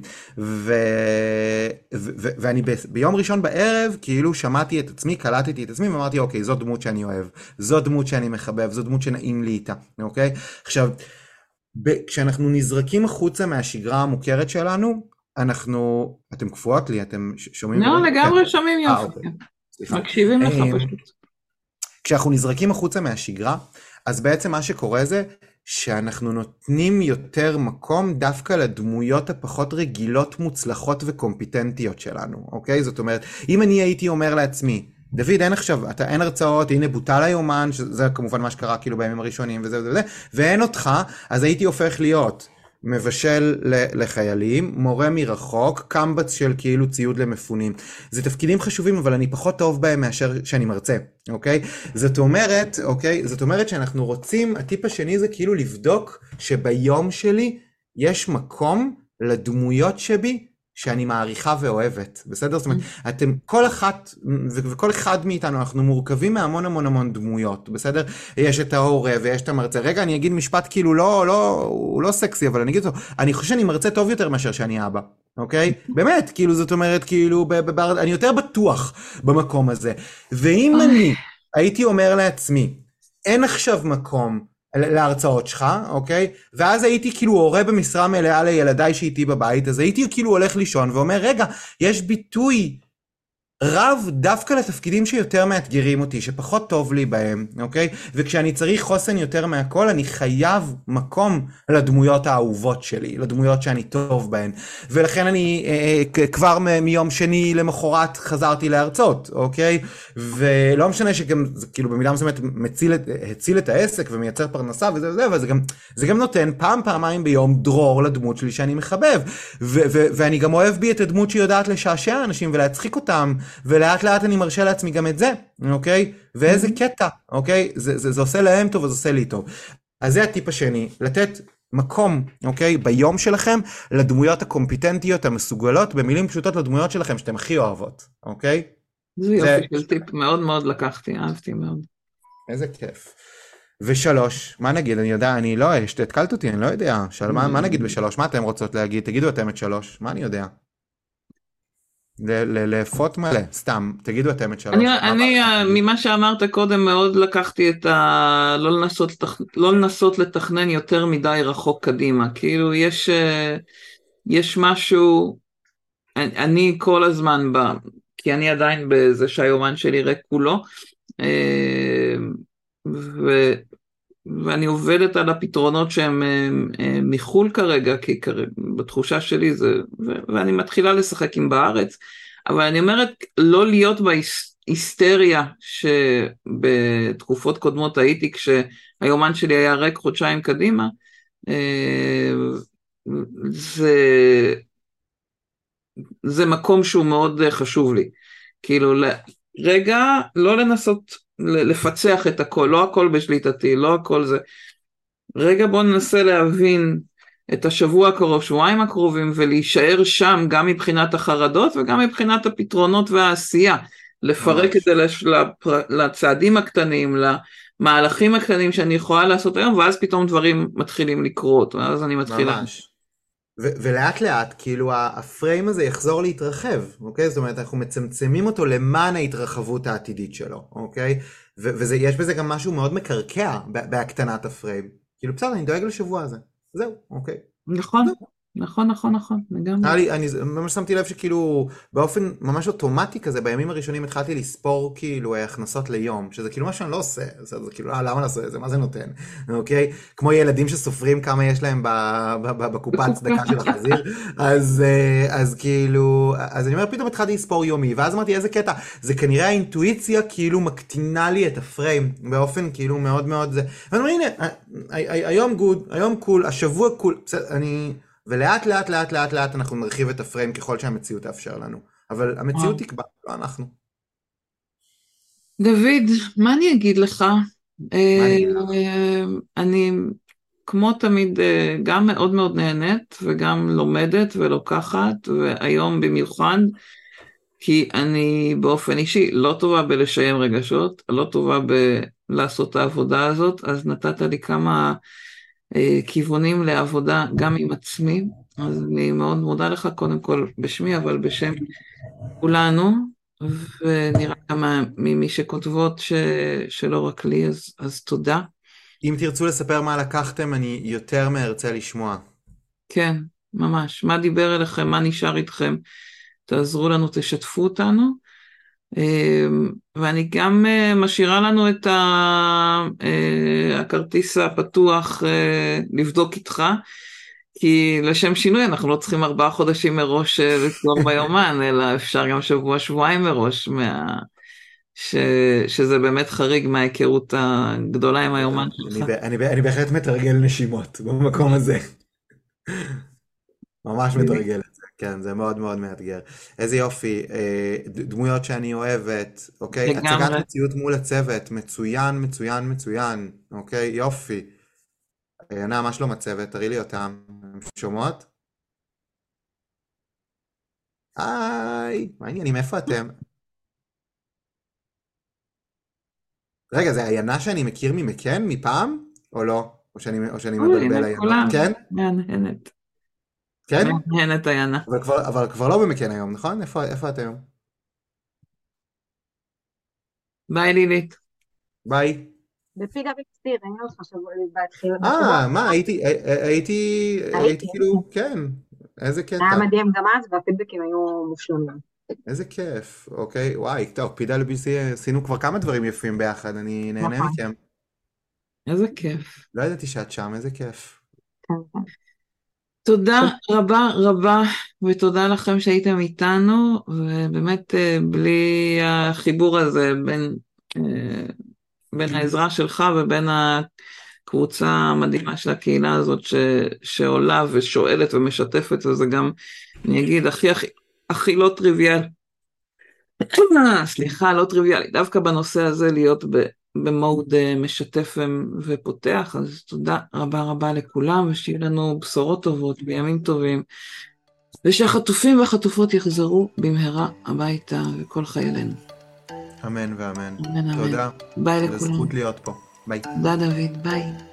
B: ואני ביום ראשון בערב, כאילו שמעתי את עצמי, קלטתי את עצמי, ואמרתי, אוקיי, זו דמות שאני אוהב, זו דמות שאני מחבב, זו דמות שנעים לי איתה, אוקיי? עכשיו, כשאנחנו נזרקים החוצה מהשגרה המוכרת שלנו, אתם קפואות לי, אתם שומעים?
D: לא, לגמרי שומעים יופי. מקשיבים לך פשוט.
B: כשאנחנו נזרקים החוצה מהשגרה, אז בעצם מה שקורה זה, שאנחנו נותנים יותר מקום דווקא לדמויות הפחות רגילות, מוצלחות וקומפיטנטיות שלנו, אוקיי? זאת אומרת, אם אני הייתי אומר לעצמי, דוד, אין עכשיו, אין הרצאות, הנה בוטל היומן, שזה כמובן מה שקרה כאילו בימים הראשונים וזה וזה, ואין אותך, אז הייתי הופך להיות מבשל לחיילים, מורה מרחוק, קמבץ של כאילו ציוד למפונים. זה תפקידים חשובים, אבל אני פחות טוב בהם מאשר שאני מרצה, אוקיי? זאת אומרת שאנחנו רוצים, הטיפ השני זה כאילו לבדוק שביום שלי יש מקום לדמויות שבי שאני מעריכה ואוהבת, בסדר? זאת אומרת, אתם, כל אחת וכל אחד מאיתנו, אנחנו מורכבים מהמון המון המון דמויות, בסדר? יש את ההורה ויש את המרצה. רגע, אני אגיד משפט כאילו הוא לא סקסי, אבל אני אגיד אותו, אני חושב שאני מרצה טוב יותר מאשר שאני אבא, אוקיי? באמת, כאילו, זאת אומרת, כאילו, אני יותר בטוח במקום הזה. ואם אני הייתי אומר לעצמי, אין עכשיו מקום להרצאות שלך, אוקיי? ואז הייתי כאילו הורה במשרה מלאה לילדיי שאיתי בבית, אז הייתי כאילו הולך לישון ואומר, רגע, יש ביטוי רב דווקא לתפקידים שיותר מאתגרים אותי, שפחות טוב לי בהם, אוקיי? וכשאני צריך חוסן יותר מהכל, אני חייב מקום לדמויות האהובות שלי, לדמויות שאני טוב בהן. ולכן אני כבר מיום שני למחרת חזרתי להרצות, אוקיי? ולא משנה שגם, כאילו במידה מסוימת הציל את העסק ומייצר פרנסה וזה, אבל זה גם נותן פעמיים ביום דרור לדמות שלי שאני מחבב. ואני גם אוהב בי את הדמות שיודעת לשעשע אנשים ולהצחיק אותם, ולאט לאט אני מרשה לעצמי גם את זה, אוקיי? ואיזה קטע, אוקיי? זה עושה להם טוב, וזה עושה לי טוב. אז זה הטיפ השני, לתת מקום, אוקיי? ביום שלכם, לדמויות הקומפיטנטיות, המסוגלות, במילים פשוטות לדמויות שלכם, שאתם הכי אוהבות, אוקיי?
D: זה יופי של טיפ, מאוד מאוד לקחתי, אהבתי מאוד.
B: איזה כיף. ושלוש, מה נגיד? אני יודע, אני לא, התקלת אותי, אני לא יודע. מה נגיד בשלוש? מה אתם רוצות להגיד? תגידו אתם את שלוש, מה אני יודע? לפות מלא, סתם, תגידו אתם את שלוש.
D: אני ממה שאמרת קודם מאוד לקחתי את לא לנסות לתכנן יותר מדי רחוק קדימה, כאילו יש משהו, אני כל הזמן כי אני עדיין בזה שהיומן שלי ריק כולו, ואני עובדת על הפתרונות שהם מחול כרגע, כי בתחושה שלי זה, ואני מתחילה לשחק עם בארץ, אבל אני אומרת, לא להיות בהיסטריה שבתקופות קודמות הייתי, כשהיומן שלי היה ריק חודשיים קדימה, זה מקום שהוא מאוד חשוב לי, כאילו רגע, לא לנסות לפצח את הכל, לא הכל בשליטתי, לא הכל זה. רגע בוא ננסה להבין את השבוע הקרוב, שבועיים הקרובים, ולהישאר שם גם מבחינת החרדות, וגם מבחינת הפתרונות והעשייה. לפרק את זה לצעדים הקטנים, למהלכים הקטנים שאני יכולה לעשות היום, ואז פתאום דברים מתחילים לקרות, ואז אני מתחילה.
B: ממש. ולאט לאט, כאילו הפריים הזה יחזור להתרחב, אוקיי? זאת אומרת, אנחנו מצמצמים אותו למען ההתרחבות העתידית שלו, אוקיי? ויש בזה גם משהו מאוד מקרקע בהקטנת הפריים. כאילו, בסדר, אני דואג לשבוע הזה. זהו, אוקיי.
D: נכון. נכון, לגמרי.
B: אני ממש שמתי לב שכאילו באופן ממש אוטומטי כזה, בימים הראשונים התחלתי לספור כאילו הכנסות ליום, שזה כאילו מה שאני לא עושה, זה כאילו למה לעשות את זה, מה זה נותן, אוקיי? כמו ילדים שסופרים כמה יש להם בקופה הצדקה של החזיר, אז כאילו, אז אני אומר פתאום התחלתי לספור יומי, ואז אמרתי איזה קטע, זה כנראה האינטואיציה כאילו מקטינה לי את הפריים, באופן כאילו מאוד מאוד זה, ואני אומר הנה, היום גוד, היום קול, השבוע קול, ולאט לאט לאט לאט לאט אנחנו נרחיב את הפריים ככל שהמציאות תאפשר לנו. אבל המציאות תקבע, לא אנחנו.
D: דוד, מה אני אגיד לך? אני כמו תמיד גם מאוד מאוד נהנית וגם לומדת ולוקחת, והיום במיוחד, כי אני באופן אישי לא טובה בלשיים רגשות, לא טובה בלעשות את העבודה הזאת, אז נתת לי כמה כיוונים לעבודה גם עם עצמי, אז אני מאוד מודה לך קודם כל בשמי, אבל בשם כולנו, ונראה כמה ממי שכותבות שלא רק לי, אז תודה.
B: אם תרצו לספר מה לקחתם, אני יותר מארצה לשמוע.
D: כן, ממש. מה דיבר אליכם, מה נשאר איתכם, תעזרו לנו, תשתפו אותנו. ואני גם משאירה לנו את הכרטיס הפתוח לבדוק איתך, כי לשם שינוי אנחנו לא צריכים 4 חודשים מראש לסגור ביומן, אלא אפשר גם שבועיים מראש, שזה באמת חריג מההיכרות הגדולה עם היומן שלך.
B: אני בהחלט מתרגל נשימות במקום הזה. ממש מתרגל את זה, כן, זה מאוד מאוד מאתגר. איזה יופי, דמויות שאני אוהבת, אוקיי? הצגת מציאות מול הצוות, מצוין, מצוין, מצוין, אוקיי? יופי. ענה, מה שלום הצוות? תראי לי אותם, שומעות? היי, מה העניינים, איפה אתם? רגע, זה עיינה שאני מכיר ממקן, מפעם? או לא? או שאני מבלבל
D: הנה
B: עיינות?
D: כולם,
B: כן?
D: מהנהנת.
B: כן?
D: מהנהנת עיינה.
B: אבל כבר לא במקן היום, נכון? איפה את היום?
D: ביי לילית.
B: ביי.
E: בפי דוד ציר, ראינו אותך בשבוע.
B: מה, הייתי כאילו, כן. איזה קטע.
E: היה מדהים גם אז, והפידבקים היו מושלמים.
B: איזה כיף, אוקיי, וואי, טוב, PWC עשינו כבר כמה דברים יפים ביחד, אני נהנה
E: נכון.
B: מכם.
D: איזה כיף.
B: לא ידעתי שאת שם, איזה כיף.
E: כן, כן.
D: תודה רבה רבה, ותודה לכם שהייתם איתנו, ובאמת בלי החיבור הזה בין העזרה שלך ובין הקבוצה המדהימה של הקהילה הזאת שעולה ושואלת ומשתפת, וזה גם, אני אגיד, הכי לא טריוויאלי. סליחה, לא טריוויאלי. דווקא בנושא הזה להיות במוד משתף ופותח, אז תודה רבה רבה לכולם, ושיהיו לנו בשורות טובות בימים טובים, ושהחטופים והחטופות יחזרו במהרה הביתה וכל חיילינו.
B: אמן ואמן.
D: אמן, אמן.
B: תודה.
D: ביי
B: זה
D: לכולם.
B: זכות להיות פה. ביי.
D: תודה דוד, ביי.